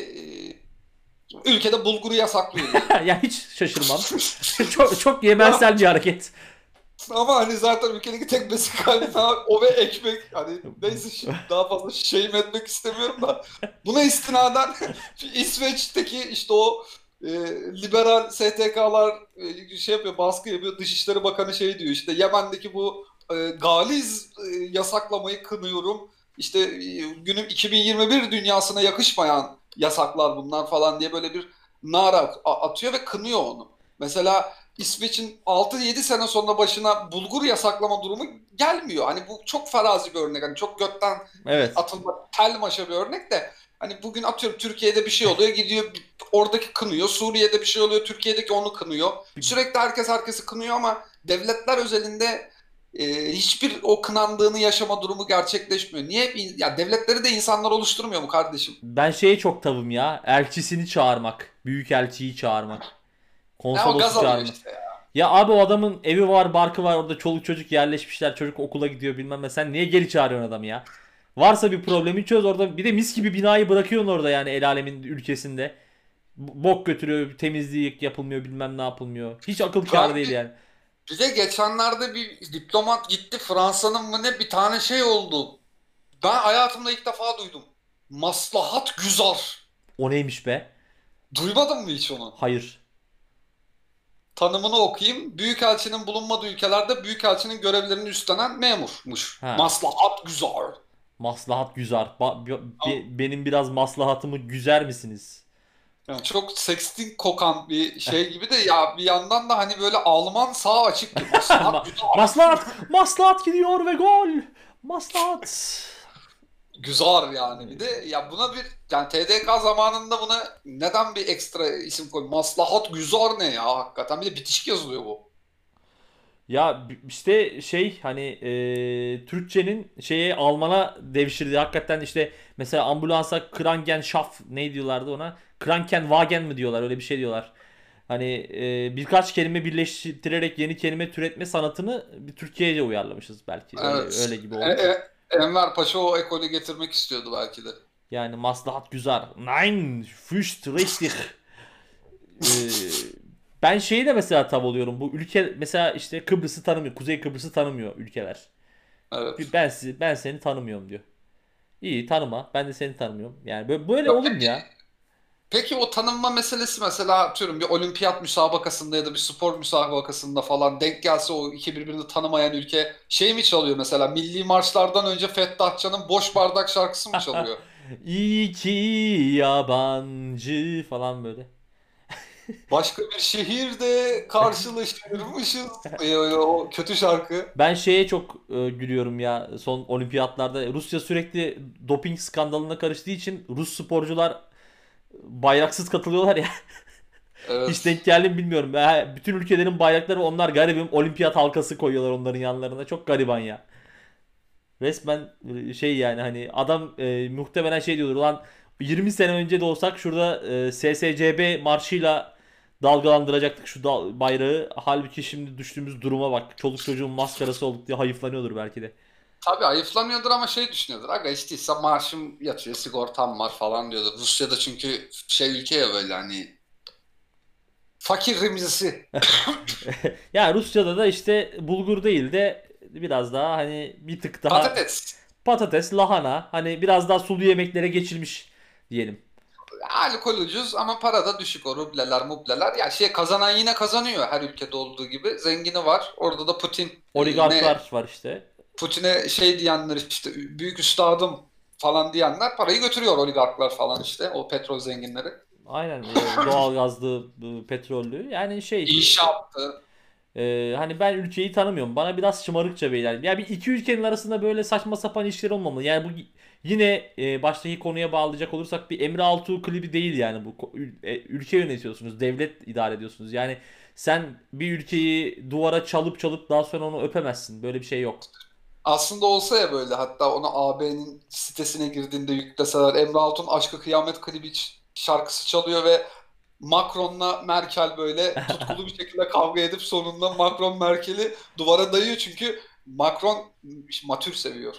e, ülkede bulguru yasaklıyor diyelim. Ya hiç şaşırmam. Çok çok Ya, yemensel bir hareket. ama hani zaten ülkedeki tek besin kaynağı o ve ekmek. Hani neyse, şimdi daha fazla shame etmek istemiyorum da. Buna istinaden İsveç'teki işte o e, liberal S T K'lar e, şey yapıyor, baskı yapıyor. Dışişleri Bakanı şey diyor, işte Yemen'deki bu e, galiz e, yasaklamayı kınıyorum. İşte e, günün iki bin yirmi bir dünyasına yakışmayan yasaklar bunlar falan diye böyle bir nara a- atıyor ve kınıyor onu. Mesela İsveç'in altı yedi sene sonra başına bulgur yasaklama durumu gelmiyor. Hani bu çok farazi bir örnek. Hani çok gökten Evet. atılma, tel maşa bir örnek de. Hani bugün atıyorum Türkiye'de bir şey oluyor, gidiyor oradaki kınıyor. Suriye'de bir şey oluyor, Türkiye'deki onu kınıyor. Sürekli herkes herkesi kınıyor ama devletler özelinde e, hiçbir o kınandığını yaşama durumu gerçekleşmiyor. Niye? Ya devletleri de insanlar oluşturmuyor mu kardeşim? Ben şeye çok tavım ya. Elçisini çağırmak. Büyükelçiyi çağırmak. Ya o Konsolosu gaz alıyor çağırmak. işte ya. Ya abi o adamın evi var, barkı var, orada çoluk çocuk yerleşmişler, çocuk okula gidiyor bilmem ne. Sen niye geri çağırıyorsun adamı ya? Varsa bir problemi çöz orada. Bir de mis gibi binayı bırakıyorsun orada yani el alemin ülkesinde. B- Bok götürüyor, temizliği yapılmıyor, bilmem ne yapılmıyor. Hiç akıl kârı Ben değil yani. Bir de geçenlerde bir diplomat gitti, Fransa'nın mı ne bir tane şey oldu. Ben hayatımda ilk defa duydum. Maslahat güzar. O neymiş be? Duymadın mı hiç onu? Hayır. Tanımını okuyayım. Büyükelçinin bulunmadığı ülkelerde büyükelçinin görevlerini üstlenen memurmuş. Ha. Maslahat güzar. Maslahat güzel. Ba- Ama be- benim biraz maslahatımı güzer misiniz? yani çok sekstin kokan bir şey gibi de, ya bir yandan da hani böyle Alman sağ açık gibi. Maslahat Ma- güzar. maslahat, maslahat gidiyor ve gol. Maslahat. Güzar yani. Bir de ya buna bir, yani T D K zamanında buna neden bir ekstra isim koy? Maslahat güzar ne ya hakikaten? Bir de bitişik yazılıyor bu. Ya b- işte şey hani e, Türkçenin şeye Alman'a devşirdiği hakikaten işte mesela ambulansa Krankenschaf ne diyorlardı ona? Krankenwagen mi diyorlar öyle bir şey diyorlar. Hani e, birkaç kelime birleştirerek yeni kelime türetme sanatını bir Türkiye'ye uyarlamışız belki. Öyle Evet. öyle gibi E, olmuş. e, Enver Paşa o ekolü getirmek istiyordu belki de. Yani maslahat güzel. Nein, füst richtig. Ee, ben şeyi de mesela tav oluyorum. Bu ülke mesela işte Kıbrıs'ı tanımıyor. Kuzey Kıbrıs'ı tanımıyor ülkeler. Evet. Ben sizi, ben seni tanımıyorum diyor. İyi tanıma. Ben de seni tanımıyorum. Yani böyle, böyle Ya olur mu peki, ya? peki o tanınma meselesi, mesela atıyorum bir olimpiyat müsabakasında ya da bir spor müsabakasında falan denk gelse o iki birbirini tanımayan ülke şey mi çalıyor mesela, milli marşlardan önce Fettah Can'ın Boş Bardak şarkısı mı çalıyor? İki yabancı falan böyle. Başka bir şehirde karşılaşırmışız diye öyle o kötü şarkı. Ben şeye çok e, gülüyorum ya son olimpiyatlarda. Rusya sürekli doping skandalına karıştığı için Rus sporcular bayraksız katılıyorlar ya. Hiç Evet. denk geldim bilmiyorum. Ben- Bütün ülkelerin bayrakları onlar garibim. Olimpiyat halkası koyuyorlar onların yanlarına. Çok gariban ya. Resmen e, şey yani hani adam e, muhtemelen şey diyordur lan yirmi sene önce de olsak şurada e, S S C B marşıyla dalgalandıracaktık şu dal- bayrağı. Halbuki şimdi düştüğümüz duruma bak. Çoluk çocuğun maskarası olduk diye hayıflanıyordur belki de. Tabii ayıflamıyordur ama şey düşünüyordur. Aga içtiyse maaşım yatıyor, sigortam var falan diyordur. Rusya'da çünkü şey ülke ya, böyle hani fakir rimzisi. Ya Rusya'da da işte bulgur değil de biraz daha hani bir tık daha Patates. patates, lahana hani biraz daha sulu yemeklere geçilmiş diyelim. Alkol ucuz ama para da düşük, o rubleler mubleler. Ya şey, kazanan yine kazanıyor her ülkede olduğu gibi. Zengini var. Orada da Putin e, ne Oligarklar var işte. Putin'e şey diyenler, işte büyük üstadım falan diyenler parayı götürüyor, oligarklar falan işte, o petrol zenginleri. Aynen e, doğalgazlı, e, petrollü. Yani şey İnşaattı. e, hani ben ülkeyi tanımıyorum. Bana biraz şımarıkça beyler. Ya bir iki ülkenin arasında böyle saçma sapan işler olmamalı. Yani bu yine e, baştaki konuya bağlayacak olursak bir Emre Altuğ klibi değil yani bu. Ko- ül- e, Ülke yönetiyorsunuz, devlet idare ediyorsunuz. Yani sen bir ülkeyi duvara çalıp çalıp daha sonra onu öpemezsin. Böyle bir şey yok. Aslında olsa ya böyle, hatta onu A B'nin sitesine girdiğinde yükleseler, Emre Altun Aşkı Kıyamet klibi ç- şarkısı çalıyor ve Macron'la Merkel böyle tutkulu bir şekilde kavga edip sonunda Macron Merkel'i duvara dayıyor çünkü Macron matür seviyor.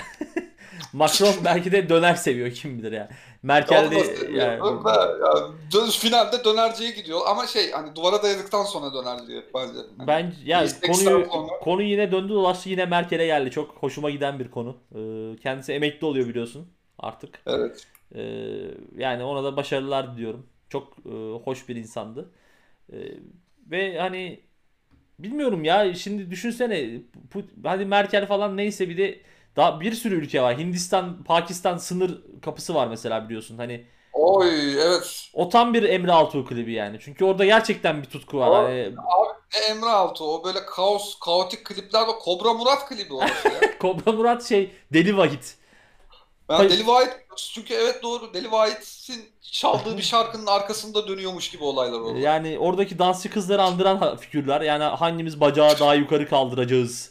Macron belki de döner seviyor, kim bilir ya. Merkel Onu de da seviyor. yani Ve yani dön- finalde dönerciye gidiyor ama şey, hani duvara dayadıktan sonra dönerciye bence. Hani ben bir ya seksten konuyu sonra. konu yine döndü dolaştı, yine Merkel'e geldi. Çok hoşuma giden bir konu. Ee, kendisi emekli oluyor biliyorsun artık. Evet. Ee, Yani ona da başarılar diliyorum. Çok e, hoş bir insandı. Ee, Ve hani bilmiyorum ya, şimdi düşünsene, Put- hadi Merkel falan neyse, bir de daha bir sürü ülke var. Hindistan, Pakistan sınır kapısı var mesela, biliyorsun. Hani Oy evet. o tam bir Emre Altuğ klibi yani. Çünkü orada gerçekten bir tutku var. O, Hani abi ne Emre Altuğ, o böyle kaos, kaotik klipler var. Kobra Murat klibi orası ya. Kobra Murat şey, Deli Vahit. Ben Pa- Deli Vahit, çünkü evet doğru, Deli Vahit'in çaldığı bir şarkının arkasında dönüyormuş gibi olaylar orada. Yani oradaki dansçı kızları andıran ha- figürler. Yani hangimiz bacağı daha yukarı kaldıracağız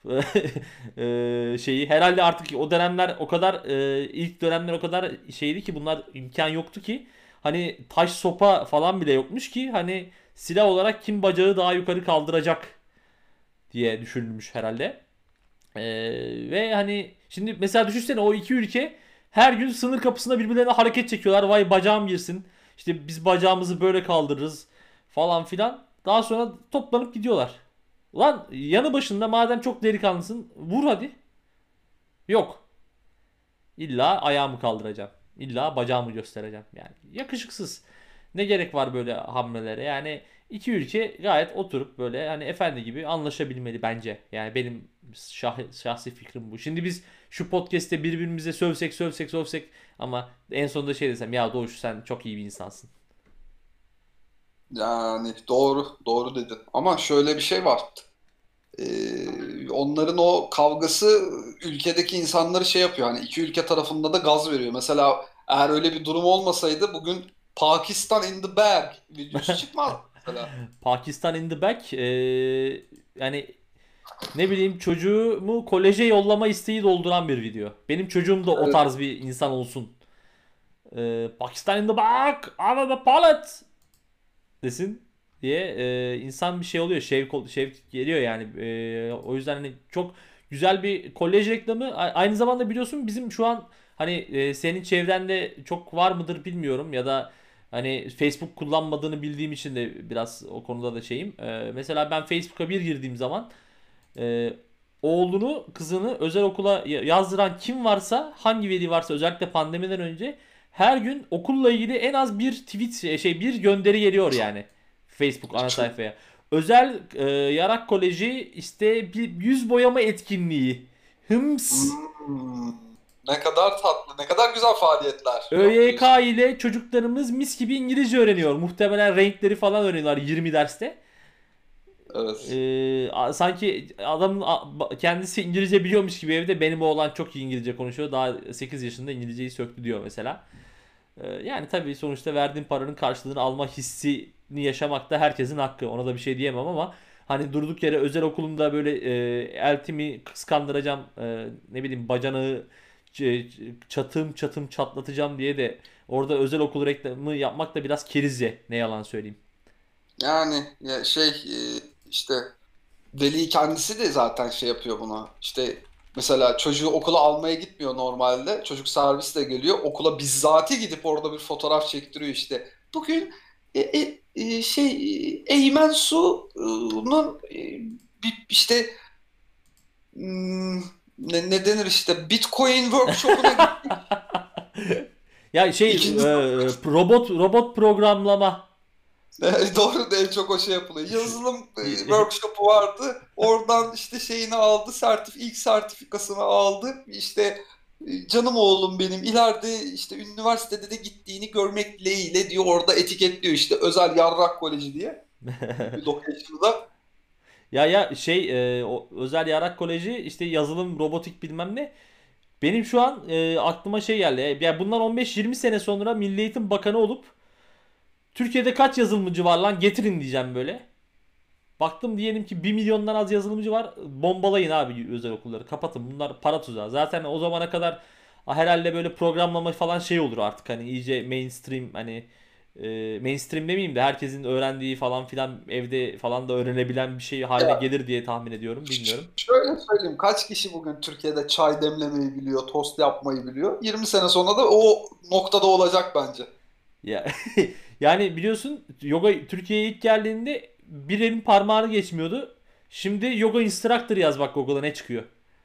Eee, şeyi. Herhalde artık o dönemler o kadar eee, ilk dönemler o kadar şeydi ki, bunlar imkan yoktu ki. Hani taş sopa falan bile yokmuş ki, hani silah olarak kim bacağı daha yukarı kaldıracak diye düşünülmüş herhalde. Eee, ve hani şimdi mesela düşünsene, o iki ülke her gün sınır kapısında birbirlerine hareket çekiyorlar. Vay bacağım girsin. İşte biz bacağımızı böyle kaldırırız falan filan. Daha sonra toplanıp gidiyorlar. Ulan yanı başında madem çok delikanlısın, vur hadi. Yok. İlla ayağımı kaldıracağım. İlla bacağımı göstereceğim. Yani yakışıksız. Ne gerek var böyle hamlelere? Yani iki ülke gayet oturup böyle hani efendi gibi anlaşabilmeli bence. Yani benim şah, şahsi fikrim bu. Şimdi biz şu podcast'te birbirimize sövsek sövsek sövsek ama en sonunda şey desem, ya Doğuş sen çok iyi bir insansın. Yani doğru, doğru dedin. Ama şöyle bir şey var. Ee, onların o kavgası ülkedeki insanları şey yapıyor. Hani iki ülke tarafında da gaz veriyor. Mesela eğer öyle bir durum olmasaydı bugün Pakistan in the bag videosu çıkmaz mesela. Pakistan in the back. Ee, yani ne bileyim, çocuğumu koleje yollama isteği dolduran bir video. Benim çocuğum da o Evet. tarz bir insan olsun. Ee, Pakistan in the back, out of the pallet desin diye e, insan bir şey oluyor. Şevk, ol- şevk geliyor yani. E, o yüzden hani çok güzel bir kolej reklamı. A- Aynı zamanda biliyorsun bizim şu an hani e, senin çevrende çok var mıdır bilmiyorum, ya da hani Facebook kullanmadığını bildiğim için de biraz o konuda da şeyim. E, mesela ben Facebook'a bir girdiğim zaman e, oğlunu, kızını özel okula ya- yazdıran kim varsa, hangi veli varsa, özellikle pandemiden önce her gün okulla ilgili en az bir tweet şey şey, bir gönderi geliyor yani Facebook ana Çok, sayfaya. Özel e, Yarak Koleji işte bir yüz boyama etkinliği. Hıms. hmm, ne kadar tatlı, ne kadar güzel faaliyetler ÖYK yapıyorsun. ile çocuklarımız mis gibi İngilizce öğreniyor. Muhtemelen renkleri falan öğreniyorlar yirmi derste. Evet. Ee, a- sanki adamın a- ba- kendisi İngilizce biliyormuş gibi evde, benim oğlan çok iyi İngilizce konuşuyor. Daha sekiz yaşında İngilizceyi söktü diyor mesela. Ee, yani tabii sonuçta verdiğin paranın karşılığını alma hissini yaşamak da herkesin hakkı. Ona da bir şey diyemem ama hani durduk yere özel okulunda böyle e, eltimi kıskandıracağım, e, ne bileyim bacanağı ç- çatım çatım çatlatacağım diye de orada özel okul reklamı yapmak da biraz kerizce, ne yalan söyleyeyim. Yani ya şey, e, işte Veli kendisi de zaten şey yapıyor bunu. İşte mesela çocuğu okula almaya gitmiyor normalde. Çocuk servisle geliyor. Okula bizzati gidip orada bir fotoğraf çektiriyor işte. Bugün e, e, e, şey e, Eymen Su'nun e, bir işte hmm, ne, ne denir işte Bitcoin workshop'una gittik. Ya şey, e, İkinci robot robot programlama. Evet, doğru, da en çok o şey yapılıyor. Yazılım e, workshop'u vardı. Oradan işte şeyini aldı, sertif ilk sertifikasını aldı. İşte e, canım oğlum benim ileride işte üniversitede de gittiğini görmek dileğiyle diyor. Orada etiketliyor işte Özel Yarrak Koleji diye. Location'da. Ya ya şey, e, o özel yarak koleji işte yazılım, robotik bilmem ne. Benim şu an e, aklıma şey geldi. E, Ya bundan on beş yirmi sene sonra Milli Eğitim Bakanı olup Türkiye'de kaç yazılımcı var lan getirin diyeceğim böyle. Baktım diyelim ki bir milyondan az yazılımcı var. Bombalayın abi özel okulları. Kapatın. Bunlar para tuzağı. Zaten o zamana kadar herhalde böyle programlama falan şey olur artık. Hani iyice mainstream, hani e, mainstream demeyeyim de herkesin öğrendiği falan filan, evde falan da öğrenebilen bir şey haline Ya gelir diye tahmin ediyorum. Bilmiyorum. şöyle söyleyeyim, kaç kişi bugün Türkiye'de çay demlemeyi biliyor, tost yapmayı biliyor? yirmi sene sonra da o noktada olacak bence. Ya yani biliyorsun, yoga Türkiye'ye ilk geldiğinde bir elin parmağını geçmiyordu. Şimdi yoga instructor yaz bak Google'a ne çıkıyor.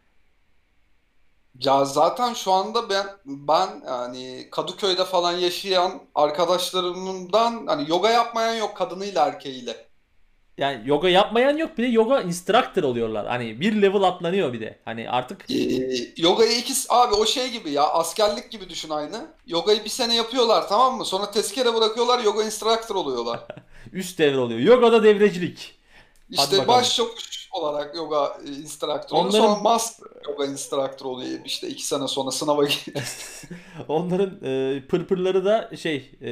Ya zaten şu anda ben ben yani Kadıköy'de falan yaşayan arkadaşlarımdan hani yoga yapmayan yok, kadınıyla erkeğiyle. Yani yoga yapmayan yok, bir de yoga instructor oluyorlar. Hani bir level atlanıyor bir de. Hani artık Ee, Yogayı ikisi abi o şey gibi ya, askerlik gibi düşün aynı. Yogayı bir sene yapıyorlar, tamam mı? Sonra tezkere bırakıyorlar, yoga instructor oluyorlar. üst devre oluyor. Yogada devrecilik. Hadi İşte bakalım. baş çavuş olarak yoga e, instructor oluyor. Sonra Onların master yoga instructor oluyor. İşte iki sene sonra sınava giriyor. onların e, pırpırları da şey, e,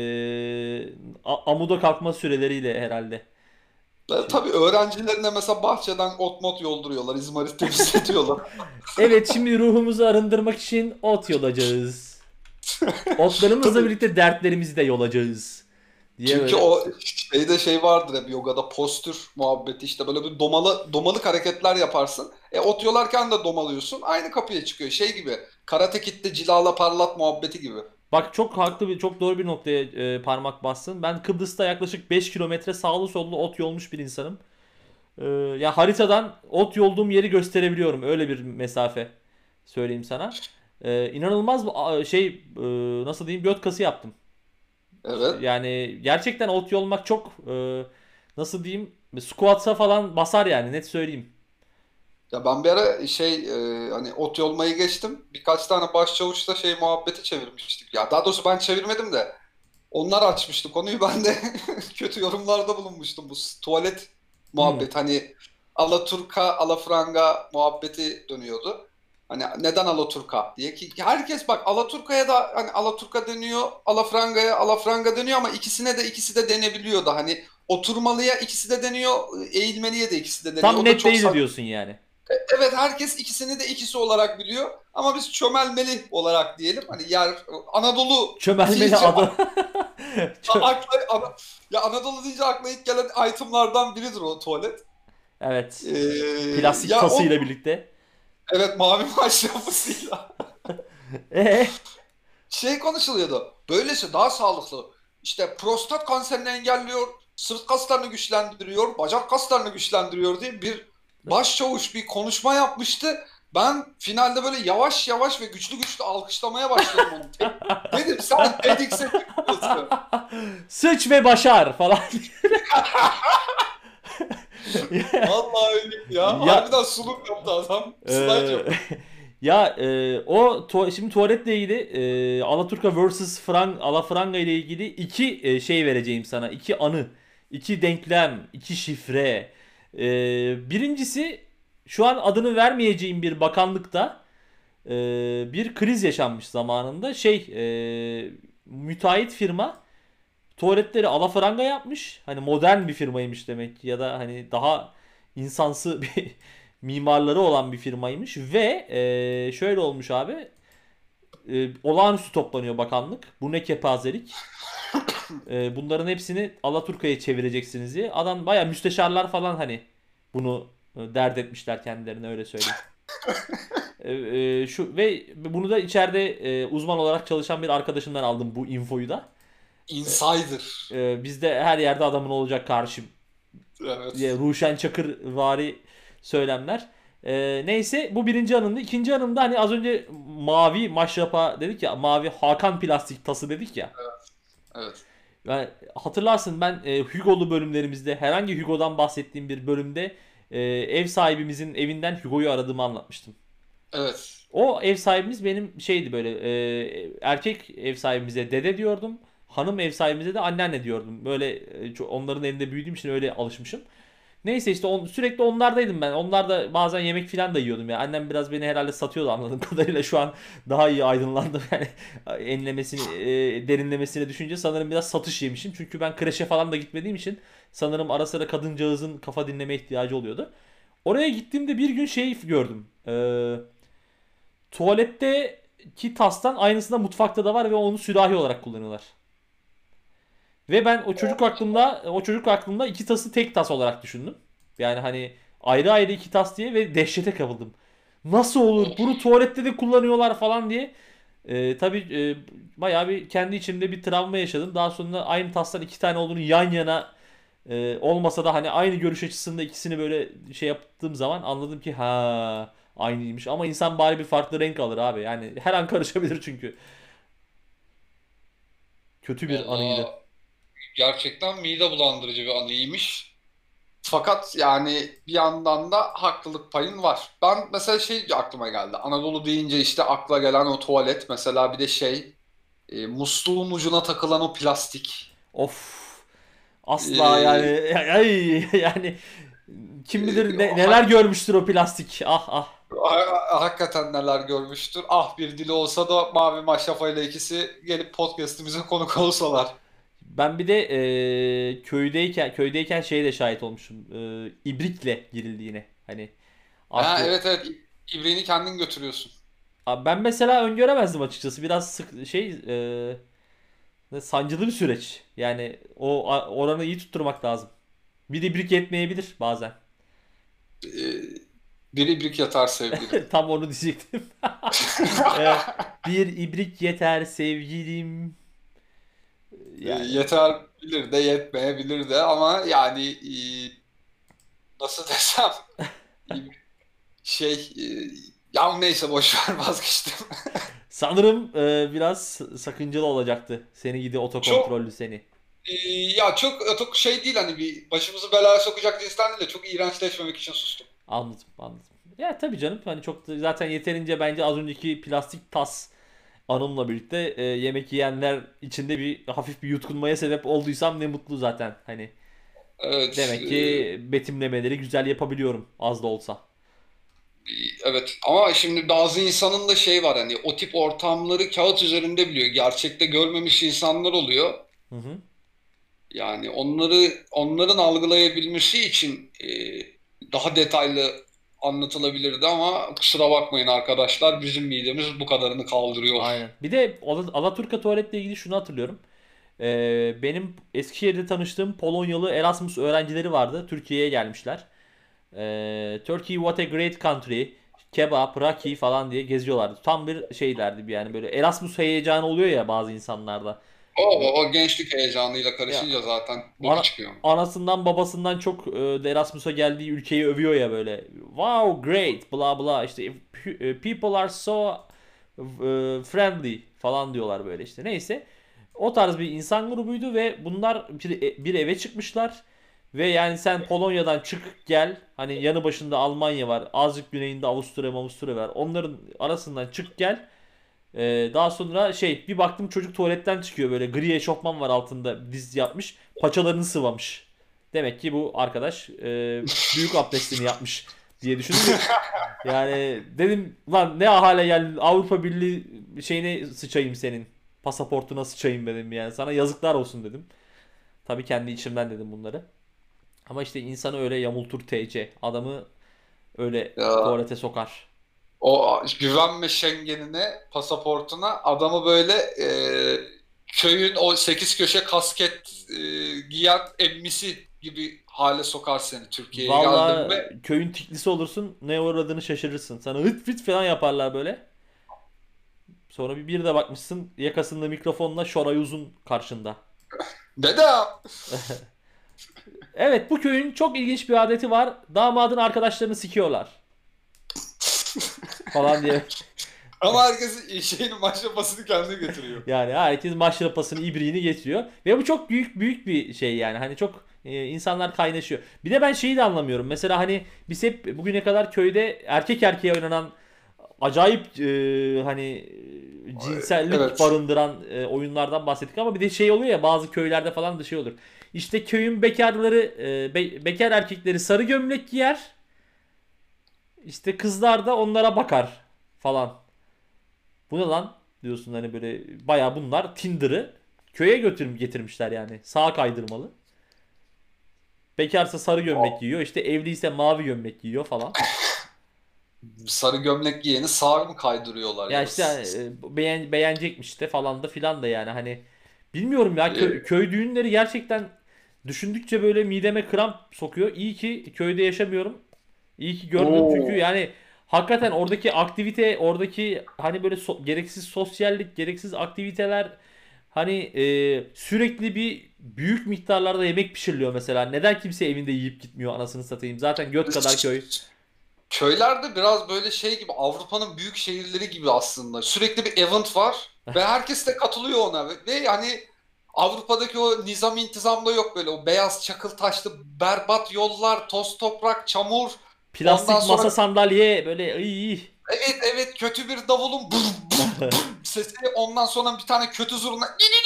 a- amuda kalkma süreleriyle herhalde. Ve Şey. tabii öğrencilerine mesela bahçeden ot mot yolduruyorlar. İzmarit temizletiyorlar. Evet, şimdi ruhumuzu arındırmak için ot yolacağız. Otlarımızla Tabii. birlikte dertlerimizi de yolacağız diye Çünkü böyle. o şeyde şey vardır hep yogada, postür muhabbeti, işte böyle bir domalı domalık hareketler yaparsın. E ot yolarken de domalıyorsun. Aynı kapıya çıkıyor. Şey gibi. Karate Kid'de cilala parlat muhabbeti gibi. Bak, çok haklı bir, çok doğru bir noktaya e, parmak bassın. Ben Kıbrıs'ta yaklaşık beş kilometre sağlı sollu ot yolmuş bir insanım. E, ya haritadan ot yolduğum yeri gösterebiliyorum. Öyle bir mesafe söyleyeyim sana. E, inanılmaz bu a- şey, e, nasıl diyeyim, göt kası yaptım. Evet. Yani gerçekten ot yolmak çok, e, nasıl diyeyim, squat'a falan basar yani, net söyleyeyim. Ya ben bir ara şey e, hani ot yolmayı geçtim. Birkaç tane başçavuşla şey muhabbeti çevirmiştik. Ya daha doğrusu ben çevirmedim de onlar açmıştı konuyu. Ben de kötü yorumlarda bulunmuştum. Bu s- tuvalet Hmm. muhabbet, hani Alaturka, Alafranga muhabbeti dönüyordu. Hani neden Alaturka diye, ki herkes bak Alaturka'ya da hani Alaturka deniyor, Alafranga'ya Alafranga deniyor ama ikisine de ikisi de denebiliyor da, hani oturmalıya ikisi de deniyor, eğilmeliye de ikisi de deniyor. Tam O da net çok değil saçma. diyorsun yani. Evet, herkes ikisini de ikisi olarak biliyor ama biz çömelmeli olarak diyelim. Hani yer Anadolu Çömelmeli deyince adı. Çö- akla, ana- ya Anadolu deyince akla ilk gelen itemlardan biridir o tuvalet. Evet. Ee, Plastik ya o tasıyla birlikte. evet, mavi maşrafısıyla E şey konuşuluyordu. Böylesi daha sağlıklı. İşte prostat kanserini engelliyor, sırt kaslarını güçlendiriyor, bacak kaslarını güçlendiriyor diye bir başçavuş bir konuşma yapmıştı. Ben finalde böyle yavaş yavaş ve güçlü güçlü alkışlamaya başladım onu. Te- Dedim sen TEDx'e çıkıyorsun. sıç ve başar falan. Vallahi öyle ya. Ya Harbiden sunum yaptı adam. Slide e, yapıyor. ya e, o tu- şimdi tuvaletle ilgili, e, Alaturka versus. Frank Alafranga ile ilgili iki e, şey vereceğim sana. İki anı, iki denklem, iki şifre. E, birincisi, şu an adını vermeyeceğim bir bakanlıkta e, bir kriz yaşanmış zamanında. Şey, e, müteahhit firma tuvaletleri alafranga yapmış. Hani modern bir firmaymış demek ki, ya da hani daha insansı bir mimarları olan bir firmaymış ve e, şöyle olmuş abi. E, olağanüstü toplanıyor bakanlık. Bu ne kepazelik. E, bunların hepsini Alaturka'ya çevireceksiniz diye. Adam baya müsteşarlar falan hani bunu e, dert etmişler kendilerine, öyle söyleyeyim. E, e, şu ve bunu da içeride e, uzman olarak çalışan bir arkadaşımdan aldım bu infoyu da. Insider. E, bizde her yerde adamın olacak karşım diye Evet. Ruşen Çakır vari söylemler. E, neyse, bu birinci anımdı. İkinci anımda, hani az önce mavi maşrapa dedik ya, mavi Hakan plastik tası dedik ya. Evet. Yani hatırlarsın, ben e, Hugo'lu bölümlerimizde, herhangi Hugo'dan bahsettiğim bir bölümde e, ev sahibimizin evinden Hugo'yu aradığımı anlatmıştım. Evet. O ev sahibimiz benim şeydi, böyle e, erkek ev sahibimize dede diyordum. Hanım ev sahibimize de anneanne diyordum. Böyle e, onların elinde büyüdüğüm için öyle alışmışım. Neyse işte on, sürekli onlardaydım ben. Onlar da bazen yemek falan da yiyordum ya. Annem biraz beni herhalde satıyordu anladığım kadarıyla. Şu an daha iyi aydınlandım yani. Enlemesini, e, derinlemesine düşünce sanırım biraz satış yemişim. Çünkü ben kreşe falan da gitmediğim için sanırım ara sıra kadıncağızın kafa dinleme ihtiyacı oluyordu. Oraya gittiğimde bir gün şey gördüm. Ee, tuvaletteki tastan aynısında mutfakta da var ve onu sürahi olarak kullanıyorlar. Ve ben o çocuk aklımda o çocuk aklımda iki tası tek tas olarak düşündüm. Yani hani ayrı ayrı iki tas diye ve dehşete kapıldım. Nasıl olur? Bunu tuvalette de kullanıyorlar falan diye. Ee, tabii e, bayağı bir kendi içimde bir travma yaşadım. Daha sonra aynı tastan iki tane olduğunu yan yana e, olmasa da hani aynı görüş açısında ikisini böyle şey yaptığım zaman anladım ki ha aynıymış. Ama insan bari bir farklı renk alır abi. Yani her an karışabilir çünkü. Kötü bir anıydı. Vallahi gerçekten mide bulandırıcı bir anıymış. Fakat yani bir yandan da haklılık payın var. Ben mesela şey aklıma geldi. Anadolu deyince işte akla gelen o tuvalet. Mesela bir de şey e, musluğun ucuna takılan o plastik. Of. Asla yani E, ay, yani kim bilir e, ne- neler hak- görmüştür o plastik. Ah ah. ha- Hakikaten neler görmüştür. Ah bir dili olsa da Mavi Maşrafa ile ikisi gelip podcast'imize konuk olsalar. Ben bir de e, köydeyken köydeyken şeye de şahit olmuşum. E, ibrikle girildiğine. Hani Ha, artık o- evet evet, İbriğini kendin götürüyorsun. Abi ben mesela öngöremezdim açıkçası. Biraz sık şey e, sancılı bir süreç. Yani o a- oranı iyi tutturmak lazım. Bir ibrik yetmeyebilir bazen. E, Bir ibrik yatar sevgilim. Tam onu diyecektim. E, bir ibrik yeter sevgilim. E, Yani Yetebilir de yetmeyebilir de ama yani e, nasıl desem e, şey e, ya neyse boş ver, vazgeçtim. sanırım e, biraz sakıncalı olacaktı. Seni gidi Çok otokontrollü seni. e, ya çok çok şey değil, hani bir başımızı belaya sokacak cinsten değil de çok iğrençleşmemek için sustum. Anladım, anladım. Ya tabii canım hani çok da zaten yeterince bence az önceki plastik tas anımla birlikte e, yemek yiyenler içinde bir hafif bir yutkunmaya sebep olduysam ne mutlu zaten. Hani Evet, demek e, ki betimlemeleri güzel yapabiliyorum az da olsa. evet ama şimdi bazı insanın da şey var, hani o tip ortamları kağıt üzerinde biliyor. Gerçekte görmemiş insanlar oluyor. Hı hı. Yani onları onların algılayabilmesi için e, daha detaylı anlatılabilirdi ama kusura bakmayın arkadaşlar, bizim midemiz bu kadarını kaldırıyor. Aynen. Bir de Ala- Alaturka tuvaletle ilgili şunu hatırlıyorum. Ee, benim Eskişehir'de tanıştığım Polonyalı Erasmus öğrencileri vardı. Türkiye'ye gelmişler. Ee, Turkey what a great country. Kebap, Raki falan diye geziyorlardı. Tam bir şeylerdi bir yani böyle Erasmus heyecanı oluyor ya bazı insanlarda. O, o gençlik heyecanıyla Ya karışınca zaten boku ana- çıkıyor. anasından babasından çok e, de Erasmus'a geldiği ülkeyi övüyor ya böyle. Wow, great, bla bla işte e, people are so e, friendly falan diyorlar böyle işte. Neyse. O tarz bir insan grubuydu ve bunlar bir, e, bir eve çıkmışlar. Ve yani sen Polonya'dan çık gel. Hani yanı başında Almanya var. Azıcık güneyinde Avusturya, Avusturya var. Onların arasından çık gel. Ee, daha sonra şey bir baktım çocuk tuvaletten çıkıyor böyle gri eşofman var altında diz yapmış. Paçalarını sıvamış. Demek ki bu arkadaş e, büyük abdestini yapmış diye düşündüm. Yani dedim lan ne hale gel Avrupa Birliği şeyine sıçayım senin. Pasaportuna sıçayım dedim yani. Sana yazıklar olsun dedim. Tabii kendi içimden dedim bunları. Ama işte insanı öyle yamultur T C. Adamı öyle Ya, tuvalete sokar. o güvenme Schengen'ine, pasaportuna, adamı böyle e, köyün o sekiz köşe kasket e, giyen emmisi gibi hale sokar seni Türkiye'ye geldin Valla mi? köyün tiklisi olursun ne uğradığını şaşırırsın. Sana hıt fit falan yaparlar böyle. Sonra bir bir de bakmışsın yakasında mikrofonla Şoray Uzun karşında. Dedem. Evet bu köyün çok ilginç bir adeti var. Damadın arkadaşlarını sikiyorlar. Falan diye. Ama herkes şeyin maşrapasını kendi getiriyor. Yani herkes maşrapasını, ibriğini getiriyor. Ve bu çok büyük büyük bir şey yani. Hani çok e, insanlar kaynaşıyor. Bir de ben şeyi de anlamıyorum. Mesela hani biz hep bugüne kadar köyde erkek erkeğe oynanan acayip e, hani cinsellik Evet. barındıran e, oyunlardan bahsettik ama bir de şey oluyor ya bazı köylerde falan da şey olur. İşte köyün bekarları, e, be- bekar erkekleri sarı gömlek giyer. İşte kızlar da onlara bakar falan. Bu ne lan diyorsun hani böyle baya bunlar Tinder'ı köye götür getirmişler yani. Sağa kaydırmalı. Bekarsa sarı gömlek giyiyor. İşte evliyse mavi gömlek giyiyor falan. Sarı gömlek giyeni sağa mı kaydırıyorlar Ya ya da işte s- e, beğen, beğenecekmiş işte falan da filan da yani hani bilmiyorum ya e, köy, köy düğünleri gerçekten düşündükçe böyle mideme kramp sokuyor. İyi ki köyde yaşamıyorum. İyi ki görmüyorum çünkü Oo. yani hakikaten oradaki aktivite, oradaki hani böyle so- gereksiz sosyallik, gereksiz aktiviteler hani e, sürekli bir büyük miktarlarda yemek pişiriliyor mesela. Neden kimse evinde yiyip gitmiyor anasını satayım. Zaten göt kadar köy. Köylerde biraz böyle şey gibi Avrupa'nın büyük şehirleri gibi aslında. Sürekli bir event var ve herkes de katılıyor ona ve, ve yani Avrupa'daki o nizam intizamda yok böyle o beyaz çakıl taşlı berbat yollar, toz toprak, çamur. Ondan Plastik sonra masa sandalye böyle iyi. evet evet kötü bir davulun bum bum bum sesi ondan sonra bir tane kötü zurna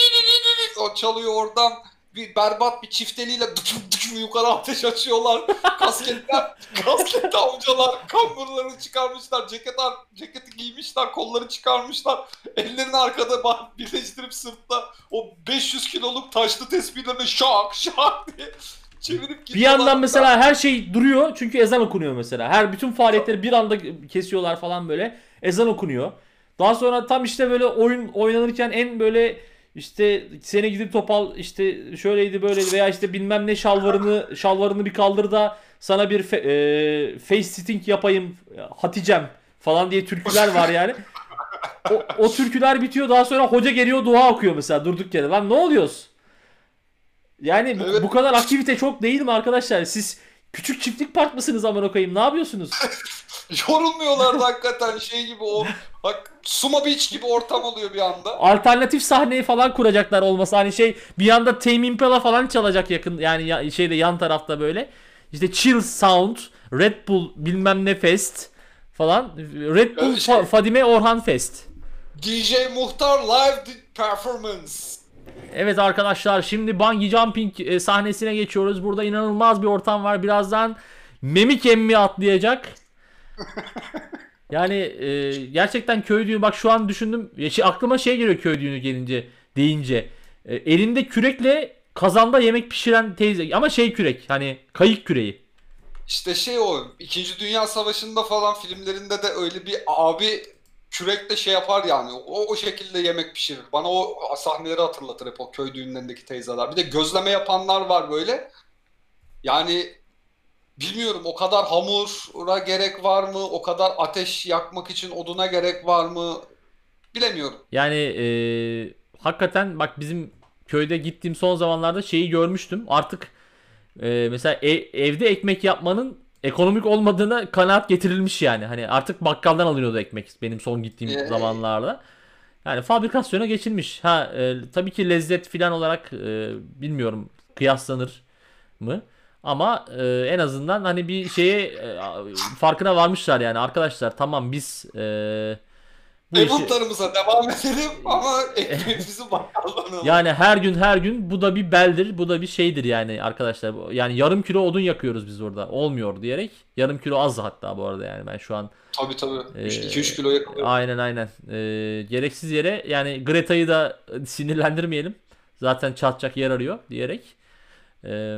o çalıyor oradan bir berbat bir çifteliyle yukarı ateş açıyorlar. Kasketler, kasketli amcalar kamburlarını çıkarmışlar. Ceket, ceketi giymişler, kolları çıkarmışlar. Ellerini arkada ba- birleştirip sırtta o beş yüz kiloluk taşlı tespihlerini şak şak diye çevirip Bir yandan gidiyorlar. mesela her şey duruyor çünkü ezan okunuyor mesela. Her bütün faaliyetleri bir anda kesiyorlar falan böyle. Ezan okunuyor. Daha sonra tam işte böyle oyun oynanırken en böyle işte seni gidip topal işte şöyleydi böyleydi veya işte bilmem ne şalvarını şalvarını bir kaldır da sana bir fe, e, face sitting yapayım Haticem falan diye türküler var yani. O, o türküler bitiyor daha sonra hoca geliyor dua okuyor mesela durduk yere. Lan ne oluyoruz? Yani bu, Evet. bu kadar aktivite çok değil mi arkadaşlar? Siz küçük çiftlik park mısınız amına koyayım? Ne yapıyorsunuz? Yorulmuyorlardı hakikaten şey gibi o bak Suma Beach gibi ortam oluyor bir anda. Alternatif sahneyi falan kuracaklar olmasa hani şey bir anda Tame Impala falan çalacak yakın yani ya- şeyde yan tarafta böyle. İşte Chill Sound, Red Bull bilmem ne Fest falan. Red Bull Yani şey Fa- Fadime Orhan Fest. D J Muhtar live performance. Evet arkadaşlar şimdi bungee jumping e, sahnesine geçiyoruz. Burada inanılmaz bir ortam var. Birazdan Memik emmi atlayacak. Yani e, gerçekten köy düğünü bak şu an düşündüm. Ya şey, aklıma şey geliyor köy düğünü gelince deyince. E, elinde kürekle kazanda yemek pişiren teyze ama şey kürek hani kayık küreği. İşte şey o İkinci Dünya Savaşı'nda falan filmlerinde de öyle bir abi kürekle şey yapar yani. O, o şekilde yemek pişirir. Bana o sahneleri hatırlatır hep o köy düğünlerindeki teyzeler. Bir de gözleme yapanlar var böyle. Yani bilmiyorum o kadar hamura gerek var mı? O kadar ateş yakmak için oduna gerek var mı? Bilemiyorum. Yani e, hakikaten bak bizim köyde gittiğim son zamanlarda şeyi görmüştüm. Artık e, mesela ev- evde ekmek yapmanın ekonomik olmadığına kanaat getirilmiş yani. Hani artık bakkaldan alınıyordu ekmek benim son gittiğim Ee, zamanlarda. Yani fabrikasyona geçilmiş. Ha e, tabii ki lezzet filan olarak e, bilmiyorum kıyaslanır mı? Ama e, en azından hani bir şeye e, farkına varmışlar yani arkadaşlar tamam biz e, bu işi Eventlarımıza devam edelim ama ekmeğimizi bakkaldan alalım. yani her gün her gün bu da bir beldir bu da bir şeydir yani arkadaşlar yani yarım kilo odun yakıyoruz biz orada olmuyor diyerek yarım kilo az hatta bu arada yani ben şu an Tabii tabii. e, iki üç kilo yakılıyor. aynen aynen e, gereksiz yere yani Greta'yı da sinirlendirmeyelim zaten çatacak yer arıyor diyerek e,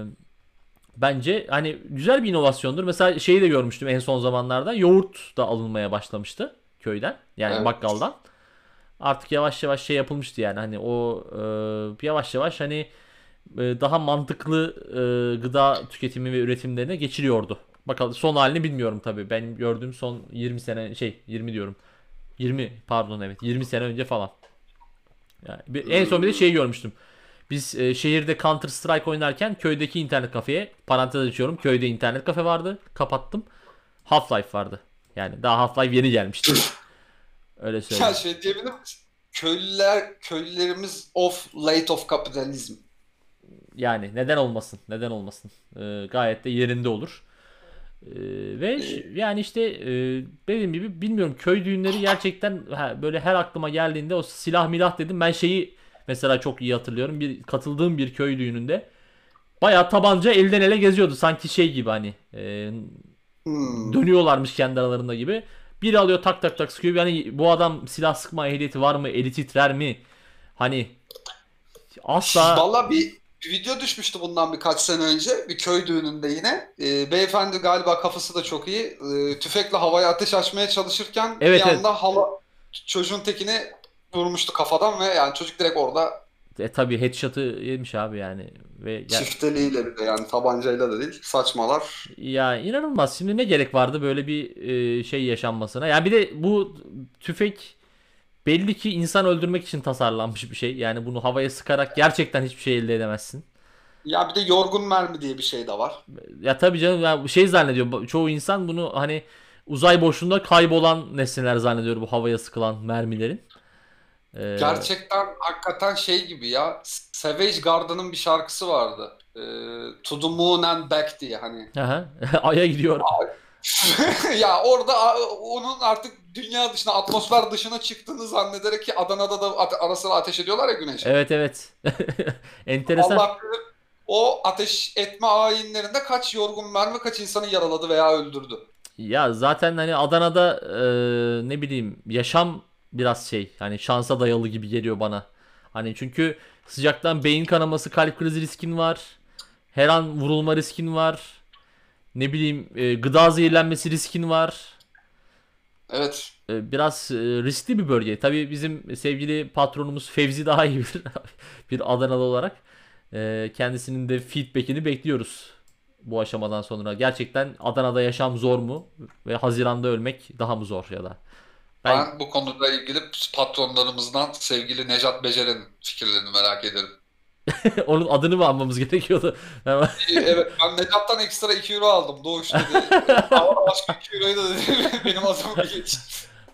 bence hani güzel bir inovasyondur. Mesela şeyi de görmüştüm en son zamanlarda. Yoğurt da alınmaya başlamıştı köyden. Yani Evet. bakkaldan. Artık yavaş yavaş şey yapılmıştı yani hani o e, yavaş yavaş hani e, daha mantıklı e, gıda tüketimi ve üretimlerine geçiliyordu. Bakalım son halini bilmiyorum tabii. Benim gördüğüm son yirmi sene şey yirmi diyorum. yirmi pardon evet yirmi sene önce falan. Yani bir- en son bir de Hmm. şey görmüştüm. Biz e, şehirde Counter Strike oynarken köydeki internet kafeye parantez açıyorum. Köyde internet kafe vardı. Kapattım. Half-Life vardı. Yani daha Half-Life yeni gelmişti. Öyle Ya söyleyeyim. şey diyebilir misin? Köylüler, köylülerimiz of late of kapitalizm. Yani neden olmasın? Neden olmasın? E, gayet de yerinde olur. Ee, ve ş- yani işte e, dediğim gibi bilmiyorum, köy düğünleri gerçekten ha, böyle her aklıma geldiğinde o silah milah dedim. Ben şeyi mesela çok iyi hatırlıyorum. Bir katıldığım bir köy düğününde bayağı tabanca elden ele geziyordu. Sanki şey gibi hani e, Hmm. dönüyorlarmış kendi aralarında gibi. Biri alıyor tak tak tak sıkıyor. Yani bu adam silah sıkma ehliyeti var mı? Eli titrer mi? Hani asla. Valla bir, bir video düşmüştü bundan birkaç sene önce bir köy düğününde yine. Ee, beyefendi galiba kafası da çok iyi. Ee, tüfekle havaya ateş açmaya çalışırken Evet, bir evet. anda hala çocuğun tekini vurmuştu kafadan ve yani çocuk direkt orada E tabii headshot'ı yemiş abi yani. Ve ya, çifteliğiyle bir de yani tabancayla da değil saçmalar. ya inanılmaz. Şimdi ne gerek vardı böyle bir e, şey yaşanmasına? Yani bir de bu tüfek belli ki insan öldürmek için tasarlanmış bir şey. Yani bunu havaya sıkarak gerçekten hiçbir şey elde edemezsin. Ya bir de yorgun mermi diye bir şey de var. Ya tabii canım, ya şey zannediyor çoğu insan bunu, hani uzay boşluğunda kaybolan nesneler zannediyor bu havaya sıkılan mermilerin. Ee, Gerçekten hakikaten şey gibi ya. Savage Garden'ın bir şarkısı vardı. Ee, To the Moon and Back diye hani. aha, Ay'a gidiyor. Ya orada a- onun artık dünya dışına, atmosfer dışına çıktığını zannederek ki Adana'da da ate- ara sıra ateş ediyorlar ya güneşe. Evet, evet. Enteresan. Allah bilir o ateş etme ayinlerinde kaç yorgun mermi kaç insanı yaraladı veya öldürdü. Ya zaten hani Adana'da e, ne bileyim yaşam biraz şey, hani şansa dayalı gibi geliyor bana. Hani çünkü sıcaktan beyin kanaması, kalp krizi riskin var. Her an vurulma riskin var. Ne bileyim e, gıda zehirlenmesi riskin var. Evet. E, biraz e, riskli bir bölge. Tabii bizim sevgili patronumuz Fevzi daha iyi bir bir Adanalı olarak. E, kendisinin de feedback'ini bekliyoruz bu aşamadan sonra. Gerçekten Adana'da yaşam zor mu? Ve Haziran'da ölmek daha mı zor ya da? Ben Ben bu konuda ilgili patronlarımızdan sevgili Nejat Becer'in fikirlerini merak ederim. onun adını mı almamız gerekiyordu? Hemen- Ee, Evet ben Nejat'tan ekstra iki euro aldım. Doğuş dedi. Ama başka iki euroyu da dedi. Benim adımı bir geç.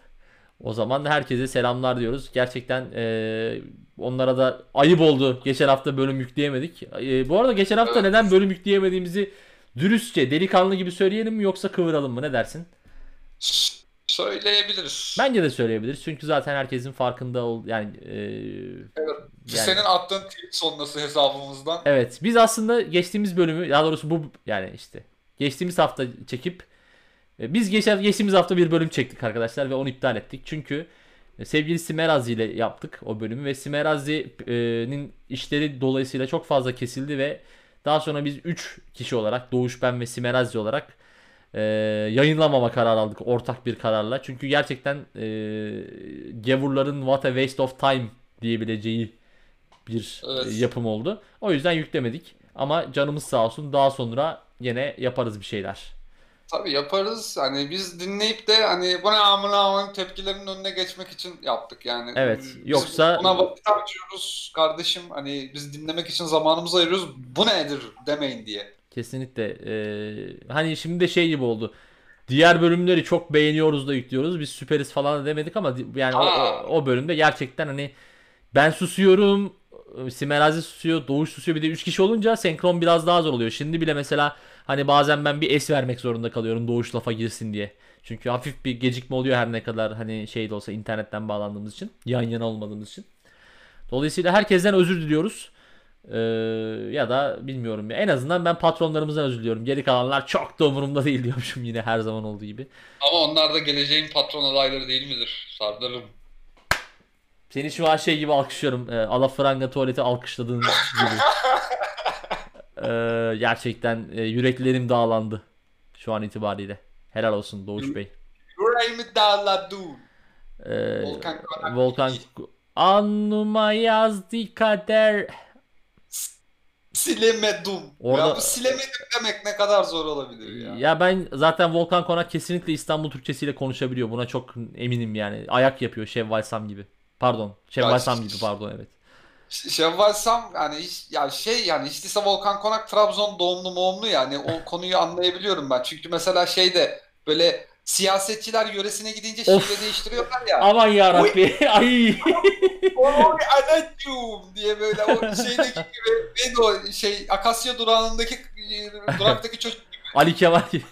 O zaman herkese selamlar diyoruz. Gerçekten e, onlara da ayıp oldu. Geçen hafta bölüm yükleyemedik. E, bu arada geçen hafta Evet. neden bölüm yükleyemediğimizi dürüstçe, delikanlı gibi söyleyelim mi yoksa kıvıralım mı? Ne dersin? S- Söyleyebiliriz. Bence de söyleyebiliriz. Çünkü zaten herkesin farkında ol yani e, Evet. yani Senin attığın tweet sonrası hesabımızdan. evet, biz aslında geçtiğimiz bölümü, daha doğrusu bu yani işte geçtiğimiz hafta çekip e, biz geçen geçtiğimiz hafta bir bölüm çektik arkadaşlar ve onu iptal ettik. Çünkü e, sevgili Simerazi ile yaptık o bölümü ve Simerazi'nin işleri dolayısıyla çok fazla kesildi ve daha sonra biz üç kişi olarak, Doğuş, ben ve Simerazi olarak e, yayınlamama kararı aldık ortak bir kararla. Çünkü gerçekten e, gavurların what a waste of time diyebileceği bir e, Evet. yapım oldu. O yüzden yüklemedik. Ama canımız sağ olsun, daha sonra yine yaparız bir şeyler. Tabii yaparız. Hani biz dinleyip de hani bu ne amına amına tepkilerinin önüne geçmek için yaptık yani. Evet, Biz yoksa buna vakit harcıyoruz kardeşim. Hani biz dinlemek için zamanımızı ayırıyoruz. Bu nedir demeyin diye. kesinlikle e, hani şimdi de şey gibi oldu. Diğer bölümleri çok beğeniyoruz da yüklüyoruz. Biz süperiz falan da demedik ama di- yani o, o, Ha. o bölümde gerçekten hani ben susuyorum, Simerazi susuyor, Doğuş susuyor. Bir de üç kişi olunca senkron biraz daha zor oluyor. Şimdi bile mesela hani bazen ben bir es vermek zorunda kalıyorum Doğuş lafa girsin diye. Çünkü hafif bir gecikme oluyor her ne kadar hani şey de olsa, internetten bağlandığımız için, yan yana olmadığımız için. Dolayısıyla herkesten özür diliyoruz. Ee, ya da bilmiyorum ya. En azından ben patronlarımızdan özür diliyorum. Geri kalanlar çok da umurumda değil diyormuşum yine her zaman olduğu gibi. Ama onlar da geleceğin patron adayları değil midir? Sardarım. Seni şu an şey gibi alkışlıyorum. E, alafranga tuvaleti alkışladığın gibi. Ee, gerçekten e, yüreklerim dağlandı şu an itibariyle. Helal olsun Doğuş Bey. Yüreğimi dağladın. Ee, Volkan Konak Volkan değil. Alnıma yazdı kader. Silemedim. Ya Orada bu silemedim demek ne kadar zor olabilir ya. ya ben zaten Volkan Konak kesinlikle İstanbul Türkçesiyle konuşabiliyor. Buna çok eminim yani. Ayak yapıyor Şevval Sam gibi. Pardon. Ya Şevval Sam gibi, pardon, evet. Ş- Şevval Sam yani hiç, ya şey yani hiç değilse Volkan Konak Trabzon doğumlu moğumlu yani o konuyu anlayabiliyorum ben. Çünkü mesela şeyde böyle siyasetçiler yöresine gidince Of. şive değiştiriyorlar ya. Aman ya Oy, Rabbi. Ay. oy anacığım diye böyle o şeydeki gibi neydi o şey Akasya durağındaki duraktaki çocuk Ali Kemal gibi.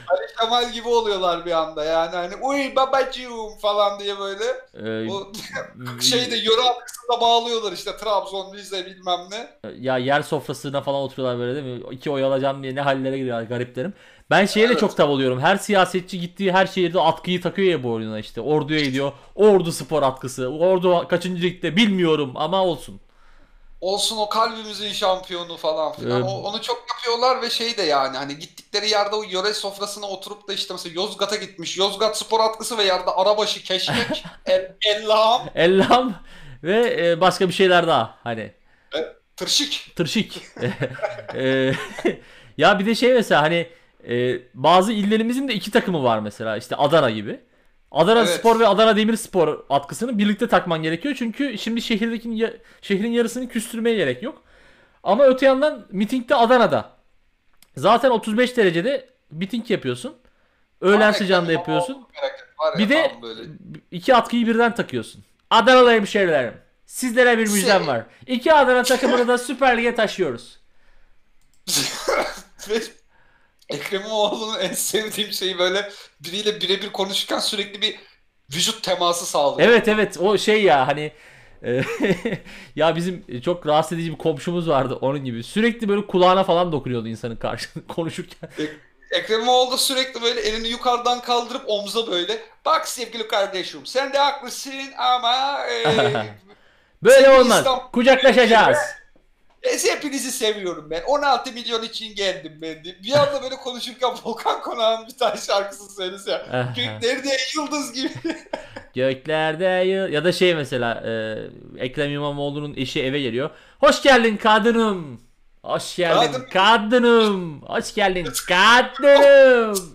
Ali Kemal gibi oluyorlar bir anda yani hani uy babacığım falan diye böyle. Ee, O şeyde yöre atkısında bağlıyorlar işte Trabzon, Rize bilmem ne. Ya yer sofrasına falan oturuyorlar böyle değil mi? İki oy alacağım diye ne hallere giriyorlar gariplerim. Ben şeye de çok Evet. tav oluyorum. Her siyasetçi gittiği her şehirde atkıyı takıyor ya boynuna işte. Orduya gidiyor. Ordu spor atkısı. Ordu kaçıncı ligde bilmiyorum ama olsun. Olsun o kalbimizin şampiyonu falan filan. Ee, O, onu çok yapıyorlar ve şey de yani hani gittikleri yerde o yöre sofrasına oturup da işte mesela Yozgat'a gitmiş. Yozgat spor atkısı ve yerde arabaşı, keşkek, el, ellam, Elham ve e, başka bir şeyler daha. Hani e, tırşık. tırşık. Ee, ya bir de şey mesela hani e, bazı illerimizin de iki takımı var mesela. İşte Adana gibi. Adana Spor Evet. ve Adana Demirspor atkısını birlikte takman gerekiyor. Çünkü şimdi şehirdeki ya- şehrin yarısını küstürmeye gerek yok. Ama öte yandan mitingde Adana'da. Zaten otuz beş derecede miting yapıyorsun. Öğlen Tam Ekrem sıcağında İmamoğlu yapıyorsun. hareket var Bir ya de tam böyle. iki atkıyı birden takıyorsun. Adanalı hemşehrilerim. Sizlere bir müjdem Se var. İki Adana takımını da Süper Lig'e taşıyoruz. Ve Ekrem İmamoğlu'nun en sevdiğim şeyi böyle biriyle birebir konuşurken sürekli bir vücut teması sağlıyor. Evet evet o şey ya hani e, ya bizim çok rahatsız edici bir komşumuz vardı onun gibi. Sürekli böyle kulağına falan dokunuyordu insanın karşısında konuşurken. Ek- Ekrem İmamoğlu da sürekli böyle elini yukarıdan kaldırıp omza böyle. Bak sevgili kardeşim sen de haklısın ama e, Böyle sevgili olmaz. İstanbul Kucaklaşacağız. e, hepinizi seviyorum ben. on altı milyon için geldim ben de. Bir anda böyle konuşurken Volkan Konak'ın bir tane şarkısını söylese. Göklerde yıldız gibi. Göklerde yıl- ya da şey mesela e, Ekrem İmamoğlu'nun eşi eve geliyor. Hoş geldin kadınım. Hoş geldin Kadın. kadınım. Hoş geldin kadınım.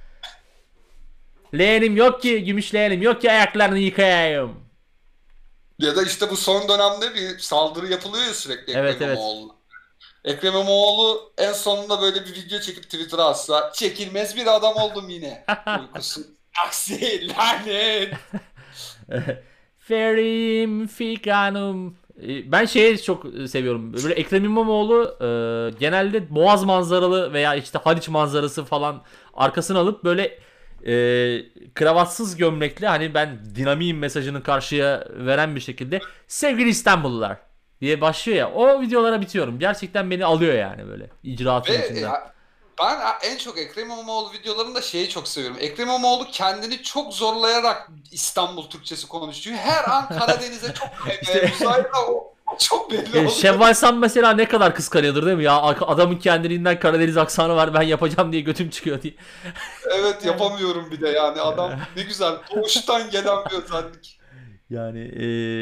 Leğenim yok ki, gümüş leğenim yok ki ayaklarını yıkayayım. Ya da işte bu son dönemde bir saldırı yapılıyor ya sürekli Evet Ekrem evet. İmamoğlu'na. Ekrem İmamoğlu en sonunda böyle bir video çekip Twitter'a atsa çekilmez bir adam oldum yine. Uykusu. Aksi lanet. Ferim fikanım. E, Ben şeyi çok seviyorum. Böyle Ekrem İmamoğlu e, genelde Boğaz manzaralı veya işte Haliç manzarası falan arkasını alıp böyle e, kravatsız gömlekli hani ben dinamiyim mesajını karşıya veren bir şekilde sevgili İstanbullular diye başlıyor ya. O videolara bitiyorum. Gerçekten beni alıyor yani böyle Ve icraatın içinden. ya, ben en çok Ekrem İmamoğlu videolarında şeyi çok seviyorum. Ekrem İmamoğlu kendini çok zorlayarak İstanbul Türkçesi konuşuyor. Her an Karadeniz'e çok İşte e, müsait ama o, o çok belli E, oluyor. Şevval Sam mesela ne kadar kıskanıyordur değil mi ya? Adamın kendiliğinden Karadeniz aksanı var ben yapacağım diye götüm çıkıyor diye. Evet yapamıyorum bir de yani adam ne güzel doğuştan gelen bir özellik. Yani e,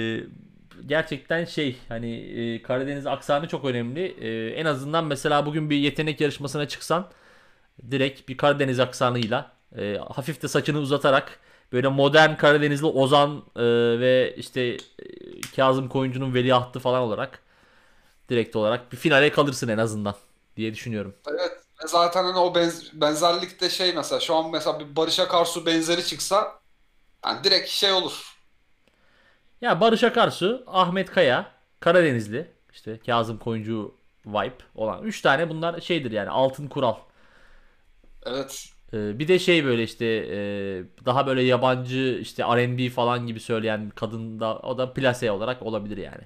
gerçekten şey hani e, Karadeniz aksanı çok önemli. E, en azından mesela bugün bir yetenek yarışmasına çıksan direkt bir Karadeniz aksanıyla e, hafif de saçını uzatarak böyle modern Karadenizli Ozan e, ve işte e, Kazım Koyuncu'nun veliahtı falan olarak direkt olarak bir finale kalırsın en azından diye düşünüyorum. Evet. Ve zaten hani o benz benzerlikte şey mesela şu an mesela bir Barış Akarsu benzeri çıksa yani direkt şey olur. Ya Barış Akarsu, Ahmet Kaya, Karadenizli, işte Kazım Koyuncu vibe olan üç tane bunlar şeydir yani altın kural. Evet. Ee, bir de şey böyle işte e, daha böyle yabancı işte R and B falan gibi söyleyen kadın da o da plase olarak olabilir yani.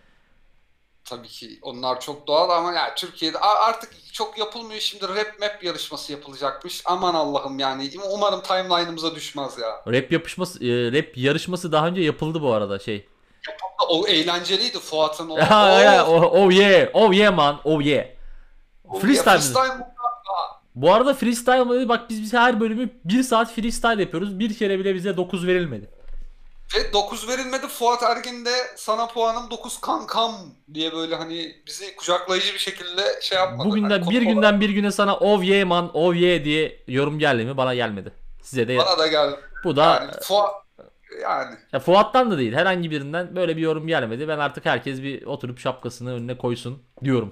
Tabii ki onlar çok doğal ama ya Türkiye'de a- artık çok yapılmıyor. Şimdi rap map yarışması yapılacakmış. Aman Allah'ım yani umarım timeline'ımıza düşmez ya. Rap yapışması, e, rap yarışması daha önce yapıldı bu arada şey. O eğlenceliydi Fuat'ın o. Ya, ya, Oh, oh, oh yeah, oh yeah man, oh yeah. oh ya Freestyle. mi? freestyle Bu arada freestyle mı? Bak biz, biz her bölümü bir saat freestyle yapıyoruz. Bir kere bile bize dokuz verilmedi. ve dokuz verilmedi. Fuat Ergin de sana puanım dokuz kankam diye böyle hani bizi kucaklayıcı bir şekilde şey yapmadı. Hani Bugünden bir konuk olarak günden bir güne sana oh yeah man oh yeah diye yorum geldi mi? Bana gelmedi. Size de bana da geldi. bu Yani da Fuat yani ya Fuat'tan da değil herhangi birinden böyle bir yorum gelmedi. Ben artık herkes bir oturup şapkasını önüne koysun diyorum.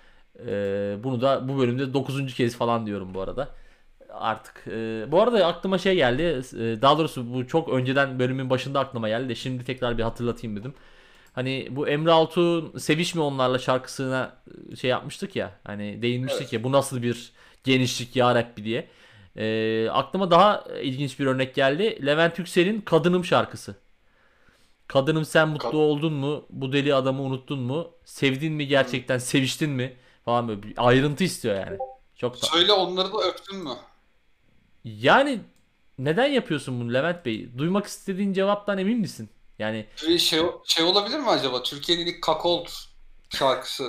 Ee, bunu da bu bölümde dokuzuncu kez falan diyorum bu arada. Artık e, bu arada aklıma şey geldi. E, daha doğrusu bu çok önceden bölümün başında aklıma geldi de şimdi tekrar bir hatırlatayım dedim. Hani bu Emre Altuğ'un Sevişme Onlarla şarkısına şey yapmıştık ya. Hani değinmiştik evet. ya bu nasıl bir genişlik ya Rabbi diye. Ee, aklıma daha ilginç bir örnek geldi. Levent Yüksel'in Kadınım şarkısı. Kadınım sen mutlu Ka- oldun mu? Bu deli adamı unuttun mu? Sevdin mi Hı. gerçekten? Seviştin mi? Falan böyle bir ayrıntı istiyor yani. Çok tatlı. Söyle, onları da öptün mü? Yani neden yapıyorsun bunu Levent Bey? Duymak istediğin cevaptan emin misin? Yani Bir şey, şey olabilir mi acaba? Türkiye'nin ilk Kakolt şarkısı.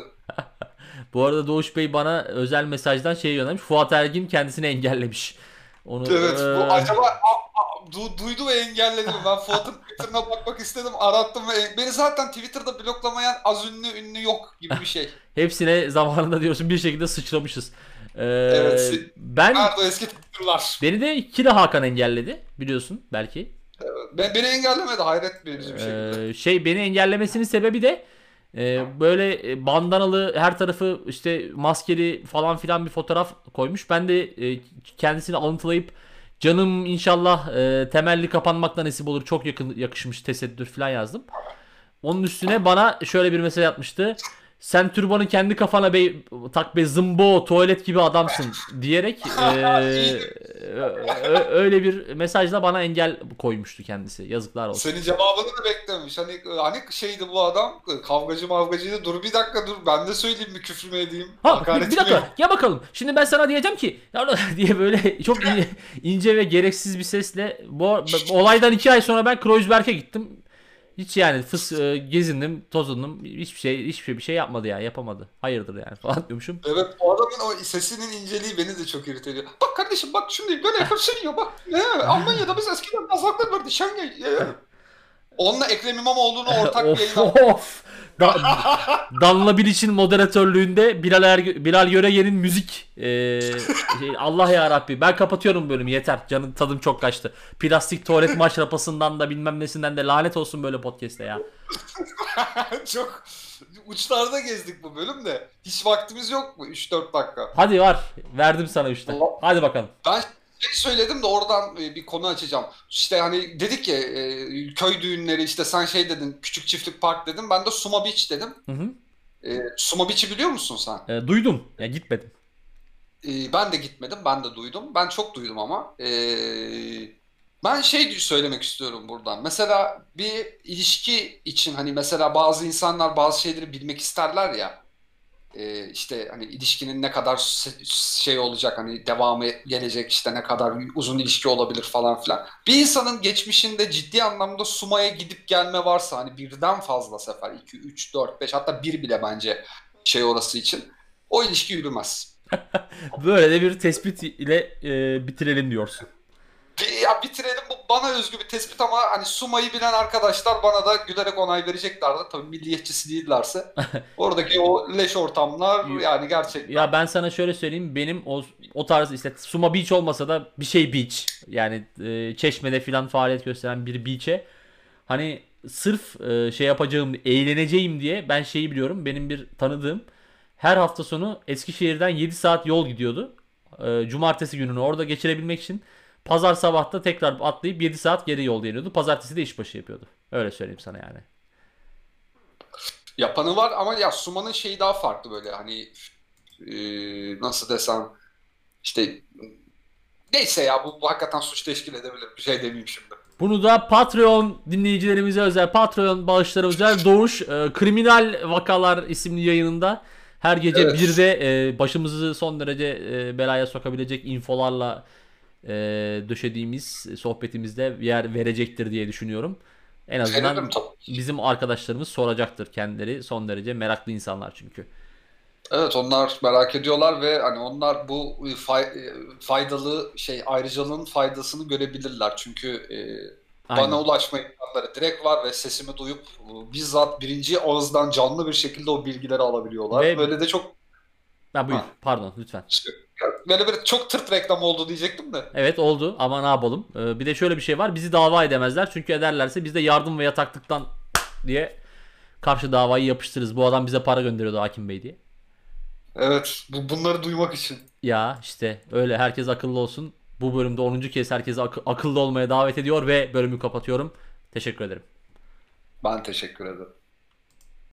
bu arada Doğuş Bey bana özel mesajdan şey göndermiş. Fuat Ergin kendisini engellemiş. Onu Evet, bu eee, acaba a- a- du- duydu ve engelledi mi? Ben Fuat'ın Twitter'ına bakmak istedim, arattım ve beni zaten Twitter'da bloklamayan az ünlü ünlü yok gibi bir şey. hepsine zamanında diyorsun bir şekilde sıçramışız. Evet, Eee, si- ben nerede o eski Twitter'lar? beni de Kira Hakan engelledi biliyorsun belki. Ben, beni engellemedi, hayret verici bir şekilde. Ee, şey beni engellemesinin sebebi de e, böyle e, bandanalı her tarafı işte maskeli falan filan bir fotoğraf koymuş. Ben de e, kendisini alıntılayıp canım inşallah e, temelli kapanmakla nasip olur çok yakın yakışmış tesettür falan yazdım. Onun üstüne bana şöyle bir mesaj atmıştı. Sen türbanı kendi kafana be, tak be zımbo tuvalet gibi adamsın diyerek İyi. e, ö- öyle bir mesajla bana engel koymuştu kendisi. Yazıklar olsun. Senin cevabını da beklemiş. Hani hani şeydi bu adam, kavgacı mavgacıydı. Dur bir dakika, dur ben de söyleyeyim, bir küfür mü edeyim? Ha bir, Hakaret bir mi yapayım? dakika ya bakalım. Şimdi ben sana diyeceğim ki ya diye böyle çok ince, ince ve gereksiz bir sesle bu, bu olaydan iki ay sonra ben Kreuzberg'e gittim. Hiç yani fıs e, gezindim, tozundum. Hiçbir şey hiçbir şey bir şey yapmadı yani, yapamadı. Hayırdır yani falan diyormuşum. Evet, o adamın o sesinin inceliği beni de çok irite ediyor. Bak kardeşim, bak şimdi böyle yapıp yiyor bak. Ne? Almanya'da biz eskiden kazaklar vardı. Schengen. Ee. Onunla Ekrem İmamoğlu'nu ortak bir Of yayına... of. Da, Danla Bilic'in moderatörlüğünde Bilal, Er, Bilal Görege'nin müzik e, şey, Allah ya Rabbi ben kapatıyorum bölümü yeter. Canım tadım çok kaçtı. Plastik tuvalet maşrapasından da bilmem nesinden de lanet olsun böyle podcast'te ya. Çok uçlarda gezdik bu bölümde. Hiç vaktimiz yok mu? üç dört dakika. Hadi var. Verdim sana işte. Hadi bakalım. Ben şey söyledim de oradan e, bir konu açacağım. İşte hani dedik ya, e, köy düğünleri, işte sen şey dedin, küçük çiftlik park dedim. Ben de Suma Beach dedim. Hı hı. E, Suma Beach'i biliyor musun sen? E, duydum. Ya gitmedim. E, ben de gitmedim, ben de duydum. Ben çok duydum ama. E, ben şey söylemek istiyorum buradan. Mesela bir ilişki için, hani mesela bazı insanlar bazı şeyleri bilmek isterler ya. E, işte hani ilişkinin ne kadar se- şey olacak, hani devamı gelecek, işte ne kadar uzun ilişki olabilir falan filan. Bir insanın geçmişinde ciddi anlamda Suma'ya gidip gelme varsa, hani birden fazla sefer, iki üç dört beş, hatta bir bile bence şey orası için, o ilişki yürümez. Böyle de bir tespit ile e, bitirelim diyorsun. Bir- Ya bitirelim, bu bana özgü bir tespit ama hani Suma'yı bilen arkadaşlar bana da gülerek onay vereceklerdi. Tabii milliyetçisi değillerse. Oradaki o leş ortamlar yani gerçekten. Ya ben sana şöyle söyleyeyim. Benim o o tarz işte Suma Beach olmasa da bir şey beach. Yani e, Çeşme'de filan faaliyet gösteren bir beach'e hani sırf e, şey yapacağım, eğleneceğim diye ben şeyi biliyorum. Benim bir tanıdığım her hafta sonu Eskişehir'den yedi saat yol gidiyordu. E, cumartesi gününü orada geçirebilmek için pazar sabahta tekrar atlayıp yedi saat geri yol geliyordu. Pazartesi de işbaşı yapıyordu. Öyle söyleyeyim sana yani. Yapanı var ama ya Suma'nın şeyi daha farklı, böyle hani e, nasıl desem, işte neyse ya, bu, bu hakikaten suç teşkil edebilir, bir şey demeyeyim şimdi. Bunu da Patreon dinleyicilerimize özel, Patreon bağışlara özel Doğuş e, Kriminal Vakalar isimli yayınında her gece Evet. birde e, başımızı son derece e, belaya sokabilecek infolarla e, döşediğimiz sohbetimizde yer verecektir diye düşünüyorum. En Veririm azından tabii. bizim arkadaşlarımız soracaktır kendileri. Son derece meraklı insanlar çünkü. Evet, onlar merak ediyorlar ve hani onlar bu fay- faydalı şey, ayrıcalığın faydasını görebilirler. Çünkü e, Aynen. bana ulaşma imkanları direkt var ve sesimi duyup e, bizzat birinci ağızdan canlı bir şekilde o bilgileri alabiliyorlar. Ve Böyle de çok ha, buyur ha, pardon lütfen. böyle bir çok tırt reklam oldu diyecektim de. Evet oldu ama ne yapalım. Ee, bir de şöyle bir şey var. Bizi dava edemezler. Çünkü ederlerse biz de yardım ve yataklıktan diye karşı davayı yapıştırırız. Bu adam bize para gönderiyordu Hakim Bey diye. Evet, bu bunları duymak için. Ya işte öyle, herkes akıllı olsun. Bu bölümde onuncu kez herkesi ak- akıllı olmaya davet ediyor ve bölümü kapatıyorum. Teşekkür ederim. Ben teşekkür ederim.